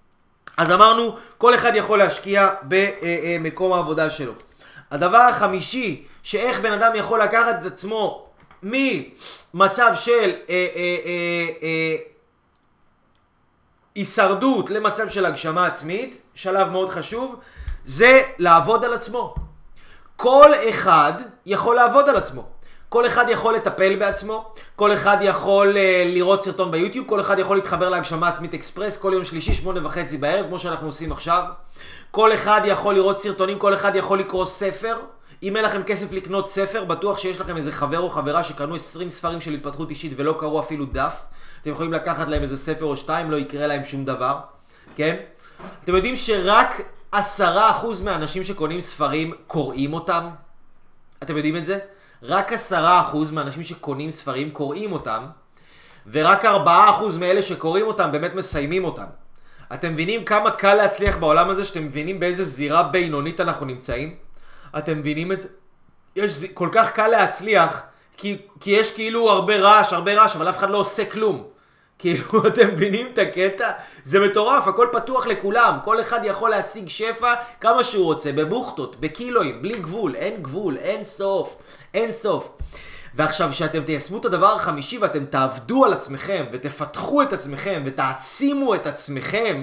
אז אמרנו, כל אחד יכול להשקיע במקום העבודה שלו. הדבר החמישי, שאיך בן אדם יכול לקחת את עצמו ממצב של אה, אה, אה, אה, הישרדות למצב של הגשמה עצמית, שלב מאוד חשוב, זה לעבוד על עצמו. כל אחד יכול לעבוד על עצמו. כל אחד יכול לטפל בעצמו, כל אחד יכול uh, לראות סרטון ביוטיוב, כל אחד יכול להתחבר להגשמה עצמית אקספרס, כל יום שלישי, שמונה וחצי בערב, כמו שאנחנו עושים עכשיו. כל אחד יכול לראות סרטונים, כל אחד יכול לקרוא ספר. אם אין לכם כסף לקנות ספר, בטוח שיש לכם איזה חבר או חברה שקנו עשרים ספרים של התפתחות אישית ולא קראו אפילו דף. אתם יכולים לקחת להם איזה ספר או שתיים, לא יקרה להם שום דבר. כן? אתם יודעים שרק עשרה אחוז מהאנשים שקונים ספרים קוראים אותם? אתם יודעים את זה? רק עשרה אחוז מהאנשים שקונים ספרים קוראים אותם, ורק ארבעה אחוז מאלה שקוראים אותם באמת מסיימים אותם. אתם מבינים כמה קל להצליח בעולם הזה, שאתם מבינים באיזה זירה בינונית אנחנו נמצאים? אתם מבינים את זה? יש כל כך קל להצליח, כי, כי יש כאילו הרבה רעש, הרבה רעש, אבל אף אחד לא עושה כלום. כאילו, אתם מבינים את הקטע? זה מטורף, הכל פתוח לכולם. כל אחד יכול להשיג שפע כמה שהוא רוצה, בבוכטות, בקילואים, בלי גבול, אין גבול, אין סוף, אין סוף. ועכשיו, שאתם תיישמו את הדבר החמישי ואתם תעבדו על עצמכם, ותפתחו את עצמכם, ותעצימו את עצמכם,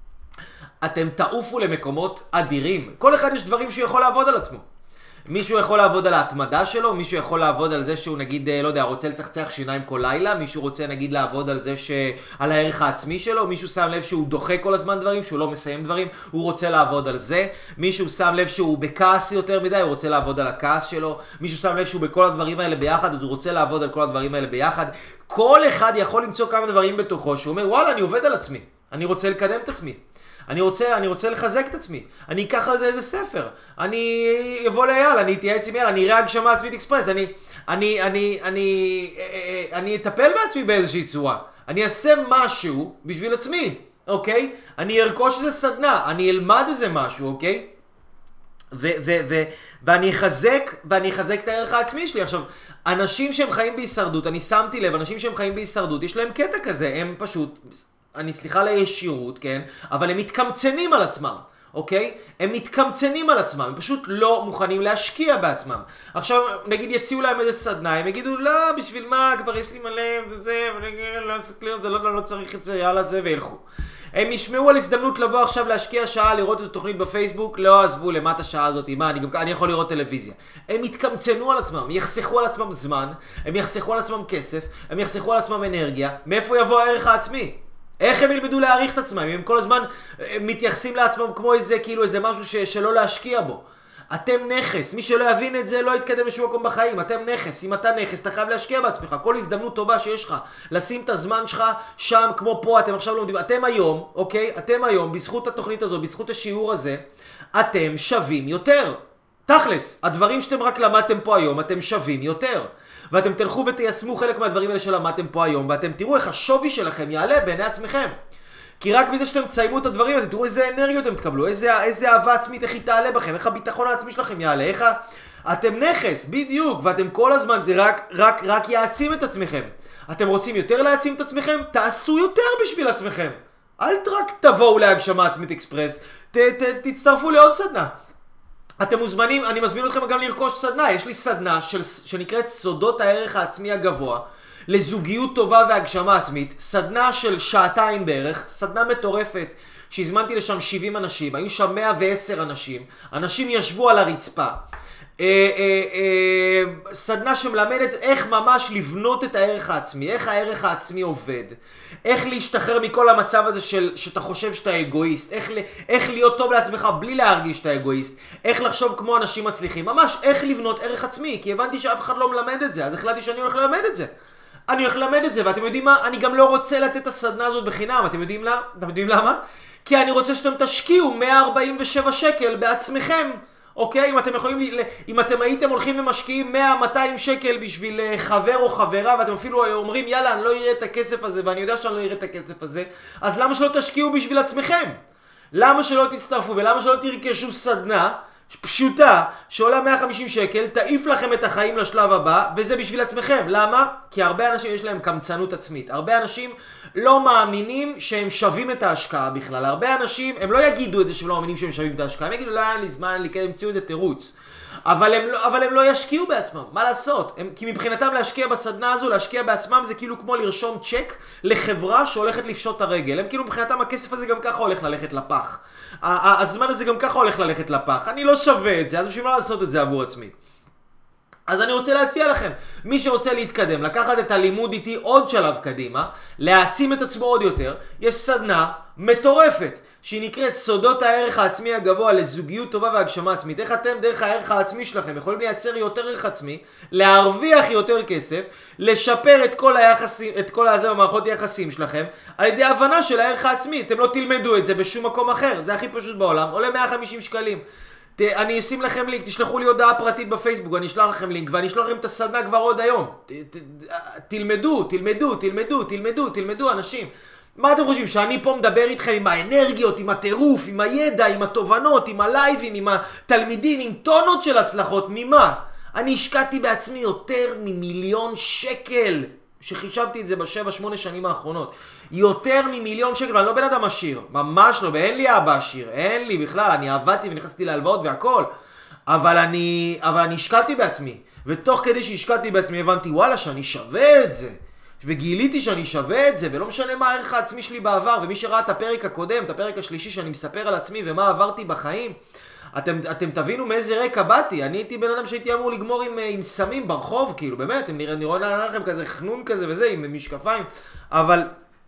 אתם תעופו למקומות אדירים. כל אחד יש דברים שהוא יכול לעבוד על עצמו. מישהו יכול לעבוד על ההתמדה שלו, מישהו יכול לעבוד על זה שהוא נגיד, לא יודע, רוצה לצחצח שיניים כל לילה, מישהו רוצה נגיד לעבוד על זה ש... על הערך העצמי שלו, מישהו שם לב שהוא דוחה כל הזמן דברים, שהוא לא מסיים דברים, הוא רוצה לעבוד על זה, מישהו שם לב שהוא בכעס יותר מדי, הוא רוצה לעבוד על הכעס שלו, מישהו שם לב שהוא בכל הדברים האלה ביחד, אז הוא רוצה לעבוד על כל הדברים האלה ביחד. כל אחד יכול למצוא כמה דברים בתוכו, שהוא אומר, וואלה, אני עובד על עצמי, אני רוצה לקדם את עצמי. אני רוצה, אני רוצה לחזק את עצמי. אני אקח על זה איזה ספר. אני אבוא לאייל, אני אתייעץ עם אייל, אני אראה הגשמה עצמית אקספרס. אני, אני, אני, אני, אני אטפל בעצמי באיזושהי צורה. אני אעשה משהו בשביל עצמי, אוקיי? אני ארכוש איזה סדנה, אני אלמד איזה משהו, אוקיי? ו, ו, ו, ואני אחזק, ואני אחזק את הערך העצמי שלי. עכשיו, אנשים שהם חיים בהישרדות, אני שמתי לב, אנשים שהם חיים בהישרדות, יש להם קטע כזה, הם פשוט... אני סליחה לישירות, כן? אבל הם מתקמצנים על עצמם, אוקיי? הם מתקמצנים על עצמם, הם פשוט לא מוכנים להשקיע בעצמם. עכשיו, נגיד יציעו להם איזה סדנה, הם יגידו, לא, בשביל מה, כבר יש לי מלא, וזה, לא, לא, לא צריך את זה, יאללה זה, וילכו. הם ישמעו על הזדמנות לבוא עכשיו להשקיע שעה, לראות איזו תוכנית בפייסבוק, לא עזבו למטה שעה הזאת, מה, אני, גם, אני יכול לראות טלוויזיה. הם יתקמצנו על עצמם, הם יחסכו על עצמם זמן, הם יחסכו על עצמם כסף, הם יחסכו על עצמם אנרגיה. מאיפה יבוא הערך העצמי? איך הם ילמדו להעריך את עצמם? הם כל הזמן מתייחסים לעצמם כמו איזה, כאילו איזה משהו ש, שלא להשקיע בו. אתם נכס, מי שלא יבין את זה לא יתקדם לשום מקום בחיים. אתם נכס, אם אתה נכס אתה חייב להשקיע בעצמך. כל הזדמנות טובה שיש לך, לשים את הזמן שלך שם כמו פה, אתם עכשיו לומדים. אתם היום, אוקיי? אתם היום, בזכות התוכנית הזו, בזכות השיעור הזה, אתם שווים יותר. תכלס, הדברים שאתם רק למדתם פה היום, אתם שווים יותר. ואתם תלכו ותיישמו חלק מהדברים האלה שלמדתם פה היום, ואתם תראו איך השווי שלכם יעלה בעיני עצמכם. כי רק בזה שאתם תסיימו את הדברים, אתם תראו איזה אנרגיות אתם תקבלו, איזה, איזה אהבה עצמית, איך היא תעלה בכם, איך הביטחון העצמי שלכם יעלה, איך ה... אתם נכס, בדיוק, ואתם כל הזמן רק, רק, רק יעצים את עצמכם. אתם רוצים יותר להעצים את עצמכם? תעשו יותר בשביל עצמכם. אל רק תבואו להגשמה עצמית אקספרס, ת, ת, תצטרפו לעוד סדנה. אתם מוזמנים, אני מזמין אתכם גם לרכוש סדנה. יש לי סדנה של, שנקראת סודות הערך העצמי הגבוה לזוגיות טובה והגשמה עצמית. סדנה של שעתיים בערך, סדנה מטורפת שהזמנתי לשם שבעים אנשים, היו שם מאה ועשר אנשים, אנשים ישבו על הרצפה. אה, אה, אה, סדנה שמלמדת איך ממש לבנות את הערך העצמי, איך הערך העצמי עובד, איך להשתחרר מכל המצב הזה של, שאתה חושב שאתה אגואיסט, איך, איך להיות טוב לעצמך בלי להרגיש שאתה אגואיסט, איך לחשוב כמו אנשים מצליחים, ממש איך לבנות ערך עצמי, כי הבנתי שאף אחד לא מלמד את זה, אז החלטתי שאני הולך ללמד את זה. אני הולך ללמד את זה, ואתם יודעים מה? אני גם לא רוצה לתת את הסדנה הזאת בחינם, אתם יודעים למה? אתם יודעים למה? כי אני רוצה שאתם תשקיעו מאה ארבעים ושבע שקל בעצמכם. אוקיי? אם אתם יכולים, אם אתם הייתם הולכים ומשקיעים מאה מאתיים שקל בשביל חבר או חברה, ואתם אפילו אומרים, יאללה, אני לא אראה את הכסף הזה, ואני יודע שאני לא אראה את הכסף הזה, אז למה שלא תשקיעו בשביל עצמכם? למה שלא תצטרפו, ולמה שלא תרכשו סדנה פשוטה, שעולה מאה וחמישים שקל, תעיף לכם את החיים לשלב הבא, וזה בשביל עצמכם. למה? כי הרבה אנשים יש להם קמצנות עצמית. הרבה אנשים לא מאמינים שהם שווים את ההשקעה בכלל. הרבה אנשים, הם לא יגידו את זה שהם לא מאמינים שהם שווים את ההשקעה. הם יגידו, לא, אין לי זמן, הם ימצאו איזה תירוץ. אבל הם, לא, אבל הם לא ישקיעו בעצמם. מה לעשות? הם, כי מבחינתם להשקיע בסדנה הזו, להשקיע בעצמם, זה כאילו כמו לרשום צ'ק לחברה שהולכת לפשוט את הרגל. הם כאילו מבחינתם הכסף הזה גם ככה הולך ללכת לפח. הזמן הזה גם ככה הולך ללכת לפח. אני לא שווה את זה, אז בשביל מה לעשות את זה עבור עצמי? אז אני רוצה להציע לכם, מי שרוצה להתקדם, לקחת את הלימוד איתי עוד שלב קדימה, להעצים את עצמו עוד יותר, יש סדנה מטורפת, שהיא נקראת סודות הערך העצמי הגבוה לזוגיות טובה והגשמה עצמית. איך אתם דרך הערך העצמי שלכם יכולים לייצר יותר ערך עצמי, להרוויח יותר כסף, לשפר את כל היחסים, את כל הזה במערכות יחסים שלכם, על ידי הבנה של הערך העצמי. אתם לא תלמדו את זה בשום מקום אחר, זה הכי פשוט בעולם, עולה מאה וחמישים שקלים. אני אשים לכם לינק, תשלחו לי הודעה פרטית בפייסבוק, אני אשלח לכם לינק, ואני אשלח לכם את הסדנה כבר עוד היום. ת, ת, תלמדו, תלמדו, תלמדו, תלמדו, תלמדו, אנשים. מה אתם חושבים? שאני פה מדבר איתכם עם האנרגיות, עם הטירוף, עם הידע, עם התובנות, עם הלייבים, עם התלמידים, עם טונות של הצלחות, ממה? אני השקעתי בעצמי יותר ממיליון שקל, שחישבתי את זה בשבע, שמונה שנים האחרונות. יותר ממיליון שקל, ואני לא בן אדם עשיר, ממש לא, ואין לי אבא עשיר, אין לי בכלל, אני עבדתי ונכנסתי להלוואות והכל, אבל אני, אבל אני השקעתי בעצמי, ותוך כדי שהשקעתי בעצמי הבנתי, וואלה, שאני שווה את זה, וגיליתי שאני שווה את זה, ולא משנה מה הערך העצמי שלי בעבר, ומי שראה את הפרק הקודם, את הפרק השלישי שאני מספר על עצמי ומה עברתי בחיים, אתם, אתם תבינו מאיזה רקע באתי. אני הייתי בן אדם שהייתי אמור לגמור עם, עם סמים ברחוב, כאילו, באמת, אני רואה לכם כזה חנון כזה וזה, עם משקפיים, אבל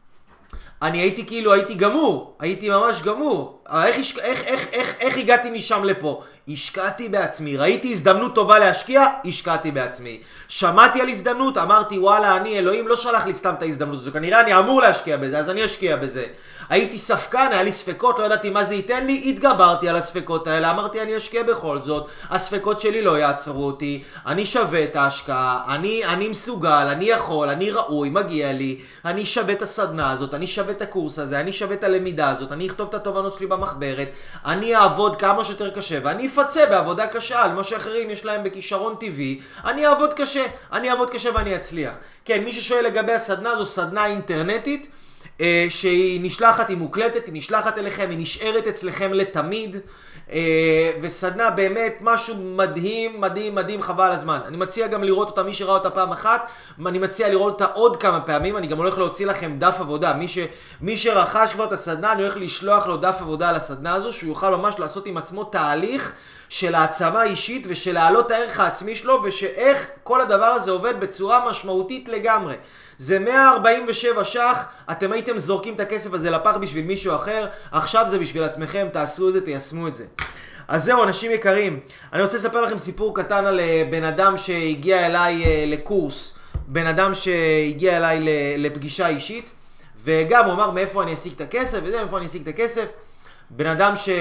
אני הייתי כאילו, הייתי גמור, הייתי ממש גמור. איך, איך, איך, איך, איך הגעתי משם לפה? השקעתי בעצמי, ראיתי הזדמנות טובה להשקיע, השקעתי בעצמי. שמעתי על הזדמנות, אמרתי וואלה, אני, אלוהים לא שלח לי סתם את ההזדמנות הזו, כנראה אני אמור להשקיע בזה, אז אני אשקיע בזה. הייתי ספקן, היה לי ספקות, לא ידעתי מה זה ייתן לי, התגברתי על הספקות האלה, אמרתי אני אשקיע בכל זאת, הספקות שלי לא יעצרו אותי, אני שווה את ההשקעה, אני, אני מסוגל, אני יכול, אני ראוי, מגיע לי, אני שווה את הסדנה הזאת, אני שווה את הקורס הזה, אני שווה את הלמידה הזאת, אני אכתוב את התובנות שלי במחברת, אני אעבוד כמה שיותר קשה, ואני אפצה בעבודה קשה על מה שאחרים יש להם בכישרון טבעי, אני אעבוד קשה, אני אעבוד קשה ואני אצליח. כן, מי ששואל לגבי הסדנה, זו סדנה אינטרנטית, אה, שהיא נשלחת, היא מוקלטת, היא נשלחת אליכם, היא נשארת אצלכם לתמיד, אה, וסדנה באמת משהו מדהים, מדהים, מדהים, חבל הזמן. אני מציע גם לראות אותה, מי שראה אותה פעם אחת, אני מציע לראות אותה עוד כמה פעמים, אני גם הולך להוציא לכם דף עבודה, מי, ש, מי שרכש כבר את הסדנה, אני הולך לשלוח לו דף עבודה על הסדנה הזו, שהוא יוכל ממש לעשות עם עצמו תהליך של העצמה אישית ושל להעלות הערך העצמי שלו, ושאיך כל הדבר הזה עובד בצורה משמעותית לגמרי. זה מאה ארבעים ושבע שח, אתם הייתם זורקים את הכסף הזה לפח בשביל מישהו אחר, עכשיו זה בשביל עצמכם, תעשו את זה, תיישמו את זה. אז זהו, אנשים יקרים, אני רוצה לספר לכם סיפור קטן על בן אדם שהגיע אליי לקורס, בן אדם שהגיע אליי לפגישה אישית, וגם הוא אמר מאיפה אני אשיג את הכסף, וזה מאיפה אני אשיג את הכסף, בן אדם ש...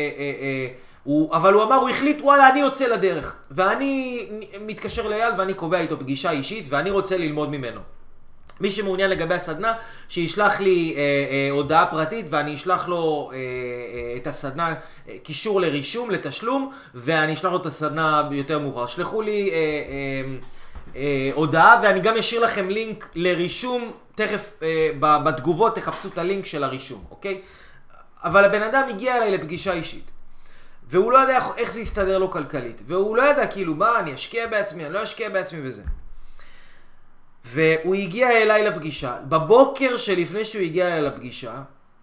הוא, אבל הוא אמר, הוא החליט, וואלה, אני יוצא לדרך. ואני מתקשר לאייל ואני קובע איתו פגישה אישית, ואני רוצה ללמוד ממנו. מי שמעוניין לגבי הסדנה, שישלח לי אה, אה, הודעה פרטית, ואני אשלח לו אה, אה, את הסדנה, אה, קישור לרישום, לתשלום, ואני אשלח לו את הסדנה יותר מאוחר. שלחו לי אה, אה, אה, הודעה, ואני גם אשאיר לכם לינק לרישום, תכף אה, בתגובות תחפשו את הלינק של הרישום, אוקיי? אבל הבן אדם הגיע אליי לפגישה אישית. והוא לא יודע איך זה יסתדר לו כלכלית. והוא לא ידע כאילו, מה, אני אשקיע בעצמי, אני לא אשקיע בעצמי וזה. והוא הגיע אליי לפגישה. בבוקר שלפני שהוא הגיע אליי לפגישה,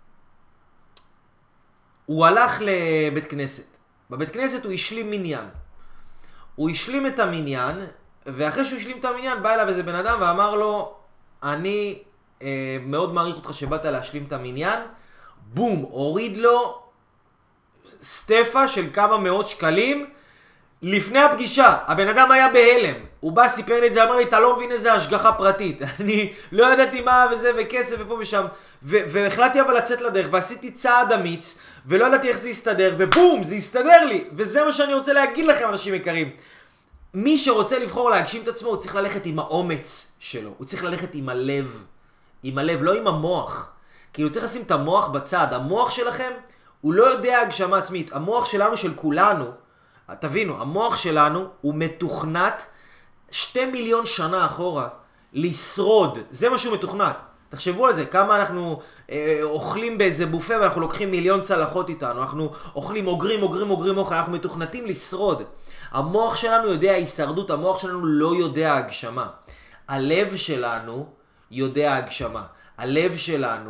הוא הלך לבית כנסת. בבית כנסת הוא השלים מניין. הוא השלים את המניין, ואחרי שהוא השלים את המניין, בא אליו איזה בן אדם ואמר לו, אני אה, מאוד מעריך אותך שבאת להשלים את המניין. בום, הוריד לו סטפה של כמה מאות שקלים לפני הפגישה. הבן אדם היה בהלם, הוא בא סיפר לי את זה, אמר לי אתה לא מבין איזה השגחה פרטית, אני לא ידעתי מה וזה וכסף ופה ושם, והחלטתי אבל לצאת לדרך ועשיתי צעד אמיץ ולא ידעתי איך זה יסתדר, ובום, זה יסתדר לי. וזה מה שאני רוצה להגיד לכם, אנשים יקרים, מי שרוצה לבחור להגשים את עצמו, הוא צריך ללכת עם האומץ שלו, הוא צריך ללכת עם הלב, עם הלב, לא עם המוח. כאילו צריך לשים את המוח בצד. המוח שלכם הוא לא יודע הגשמה עצמית. המוח שלנו, של כולנו, תבינו, המוח שלנו הוא מתוכנת שתי מיליון שנה אחורה לשרוד. זה משהו מתוכנת. תחשבו על זה, כמה אנחנו אה, אוכלים באיזה בופה ואנחנו לוקחים מיליון צלחות איתנו. אנחנו אוכלים, אוגרים, אוגרים, אוגרים אוכל, אנחנו מתוכנתים לשרוד. המוח שלנו יודע הישרדות, המוח שלנו לא יודע הגשמה. הלב שלנו יודע הגשמה. הלב שלנו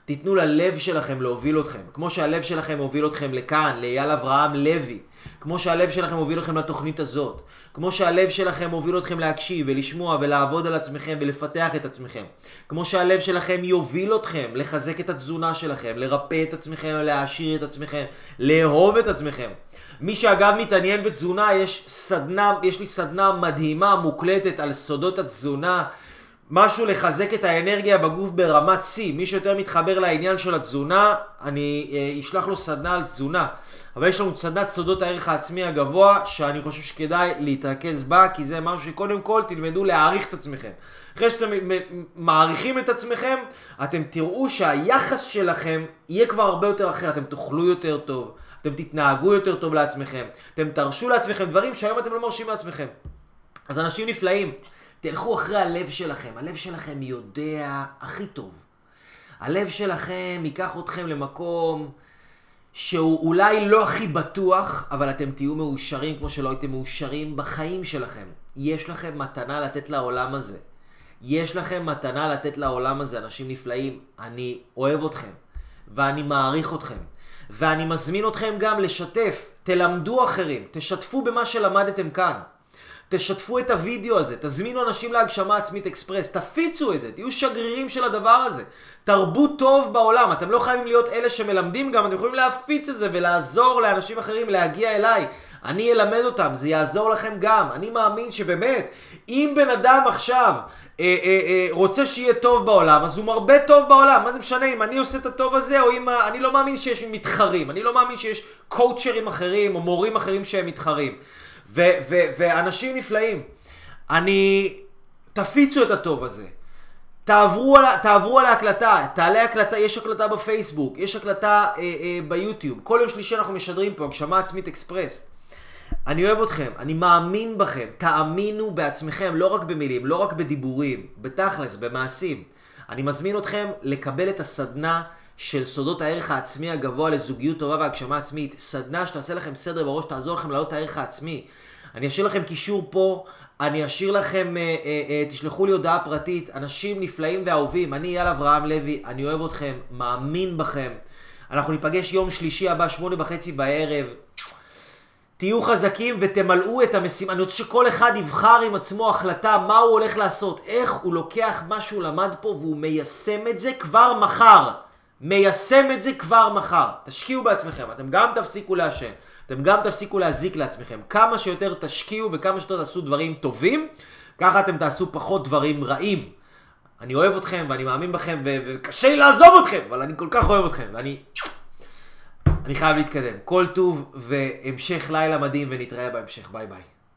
תיתנו ללב שלכם להוביל אתכם. כמו שהלב שלכם הוביל אתכם לכאן, לאייל אברהם לוי. כמו שהלב שלכם הוביל אתכם לתוכנית הזאת. כמו שהלב שלכם הוביל אתכם להקשיב ולשמוע ולעבוד על עצמכם ולפתח את עצמכם. כמו שהלב שלכם יוביל אתכם לחזק את התזונה שלכם, לרפא את עצמכם, להעשיר את עצמכם, לאהוב את עצמכם. מי שאגב מתעניין בתזונה, יש סדנה, יש לי סדנה מדהימה מוקלטת על סודות התזונה. משהו לחזק את האנרגיה בגוף ברמת C. מי שיותר מתחבר לעניין של התזונה, אני אה, אשלח לו סדנה על תזונה. אבל יש לנו סדנת סודות הערך העצמי הגבוה, שאני חושב שכדאי להתרכז בה, כי זה משהו שקודם כל תלמדו להעריך את עצמכם. אחרי שאתם מעריכים את עצמכם, אתם תראו שהיחס שלכם יהיה כבר הרבה יותר אחר. אתם תאכלו יותר טוב, אתם תתנהגו יותר טוב לעצמכם, אתם תרשו לעצמכם דברים שהיום אתם לא מרשים לעצמכם. אז אנשים נפלאים. תלכו אחרי הלב שלכם, הלב שלכם יודע הכי טוב. הלב שלכם ייקח אתכם למקום שהוא אולי לא הכי בטוח, אבל אתם תהיו מאושרים כמו שלא הייתם מאושרים בחיים שלכם. יש לכם מתנה לתת לעולם הזה. יש לכם מתנה לתת לעולם הזה, אנשים נפלאים. אני אוהב אתכם, ואני מעריך אתכם, ואני מזמין אתכם גם לשתף. תלמדו אחרים, תשתפו במה שלמדתם כאן. תשתפו את הוידאו הזה, תזמינו אנשים להגשמה עצמית אקספרס, תפיצו את זה, תהיו שגרירים של הדבר הזה. תרבו טוב בעולם, אתם לא חייבים להיות אלה שמלמדים גם, אתם יכולים להפיץ את זה ולעזור לאנשים אחרים להגיע אליי. אני אלמד אותם, זה יעזור לכם גם. אני מאמין שבאמת, אם בן אדם עכשיו אה, אה, אה, רוצה שיהיה טוב בעולם, אז הוא מרבה טוב בעולם. מה זה משנה אם אני עושה את הטוב הזה, או אם אני לא מאמין שיש מתחרים, אני לא מאמין שיש קואוצ'רים אחרים או מורים אחרים שהם מתחרים. ו- ו- ואנשים נפלאים, אני, תפיצו את הטוב הזה, תעברו על, תעברו על ההקלטה, תעלה הקלטה, יש הקלטה בפייסבוק, יש הקלטה אה, אה, ביוטיוב, כל יום שלישי אנחנו משדרים פה, הגשמה עצמית אקספרס. אני אוהב אתכם, אני מאמין בכם, תאמינו בעצמכם, לא רק במילים, לא רק בדיבורים, בתכלס, במעשים. אני מזמין אתכם לקבל את הסדנה של סודות הערך העצמי הגבוה לזוגיות טובה והגשמה עצמית. סדנה שתעשה לכם סדר בראש, תעזור לכם לעלות את הערך העצמי. אני אשאיר לכם קישור פה, אני אשאיר לכם, אה, אה, אה, תשלחו לי הודעה פרטית. אנשים נפלאים ואהובים, אני אייל אברהם לוי, אני אוהב אתכם, מאמין בכם. אנחנו ניפגש יום שלישי הבא, שמונה וחצי בערב. תהיו חזקים ותמלאו את המשימה. אני רוצה שכל אחד יבחר עם עצמו החלטה מה הוא הולך לעשות, איך הוא לוקח מה שהוא למד פה והוא מיישם את זה כבר מחר. מיישם את זה כבר מחר. תשקיעו בעצמכם, אתם גם תפסיקו לעשן, אתם גם תפסיקו להזיק לעצמכם. כמה שיותר תשקיעו וכמה שיותר תעשו דברים טובים, ככה אתם תעשו פחות דברים רעים. אני אוהב אתכם ואני מאמין בכם ו- וקשה לי לעזוב אתכם, אבל אני כל כך אוהב אתכם ואני אני חייב להתקדם. כל טוב והמשך לילה מדהים ונתראה בהמשך. ביי ביי.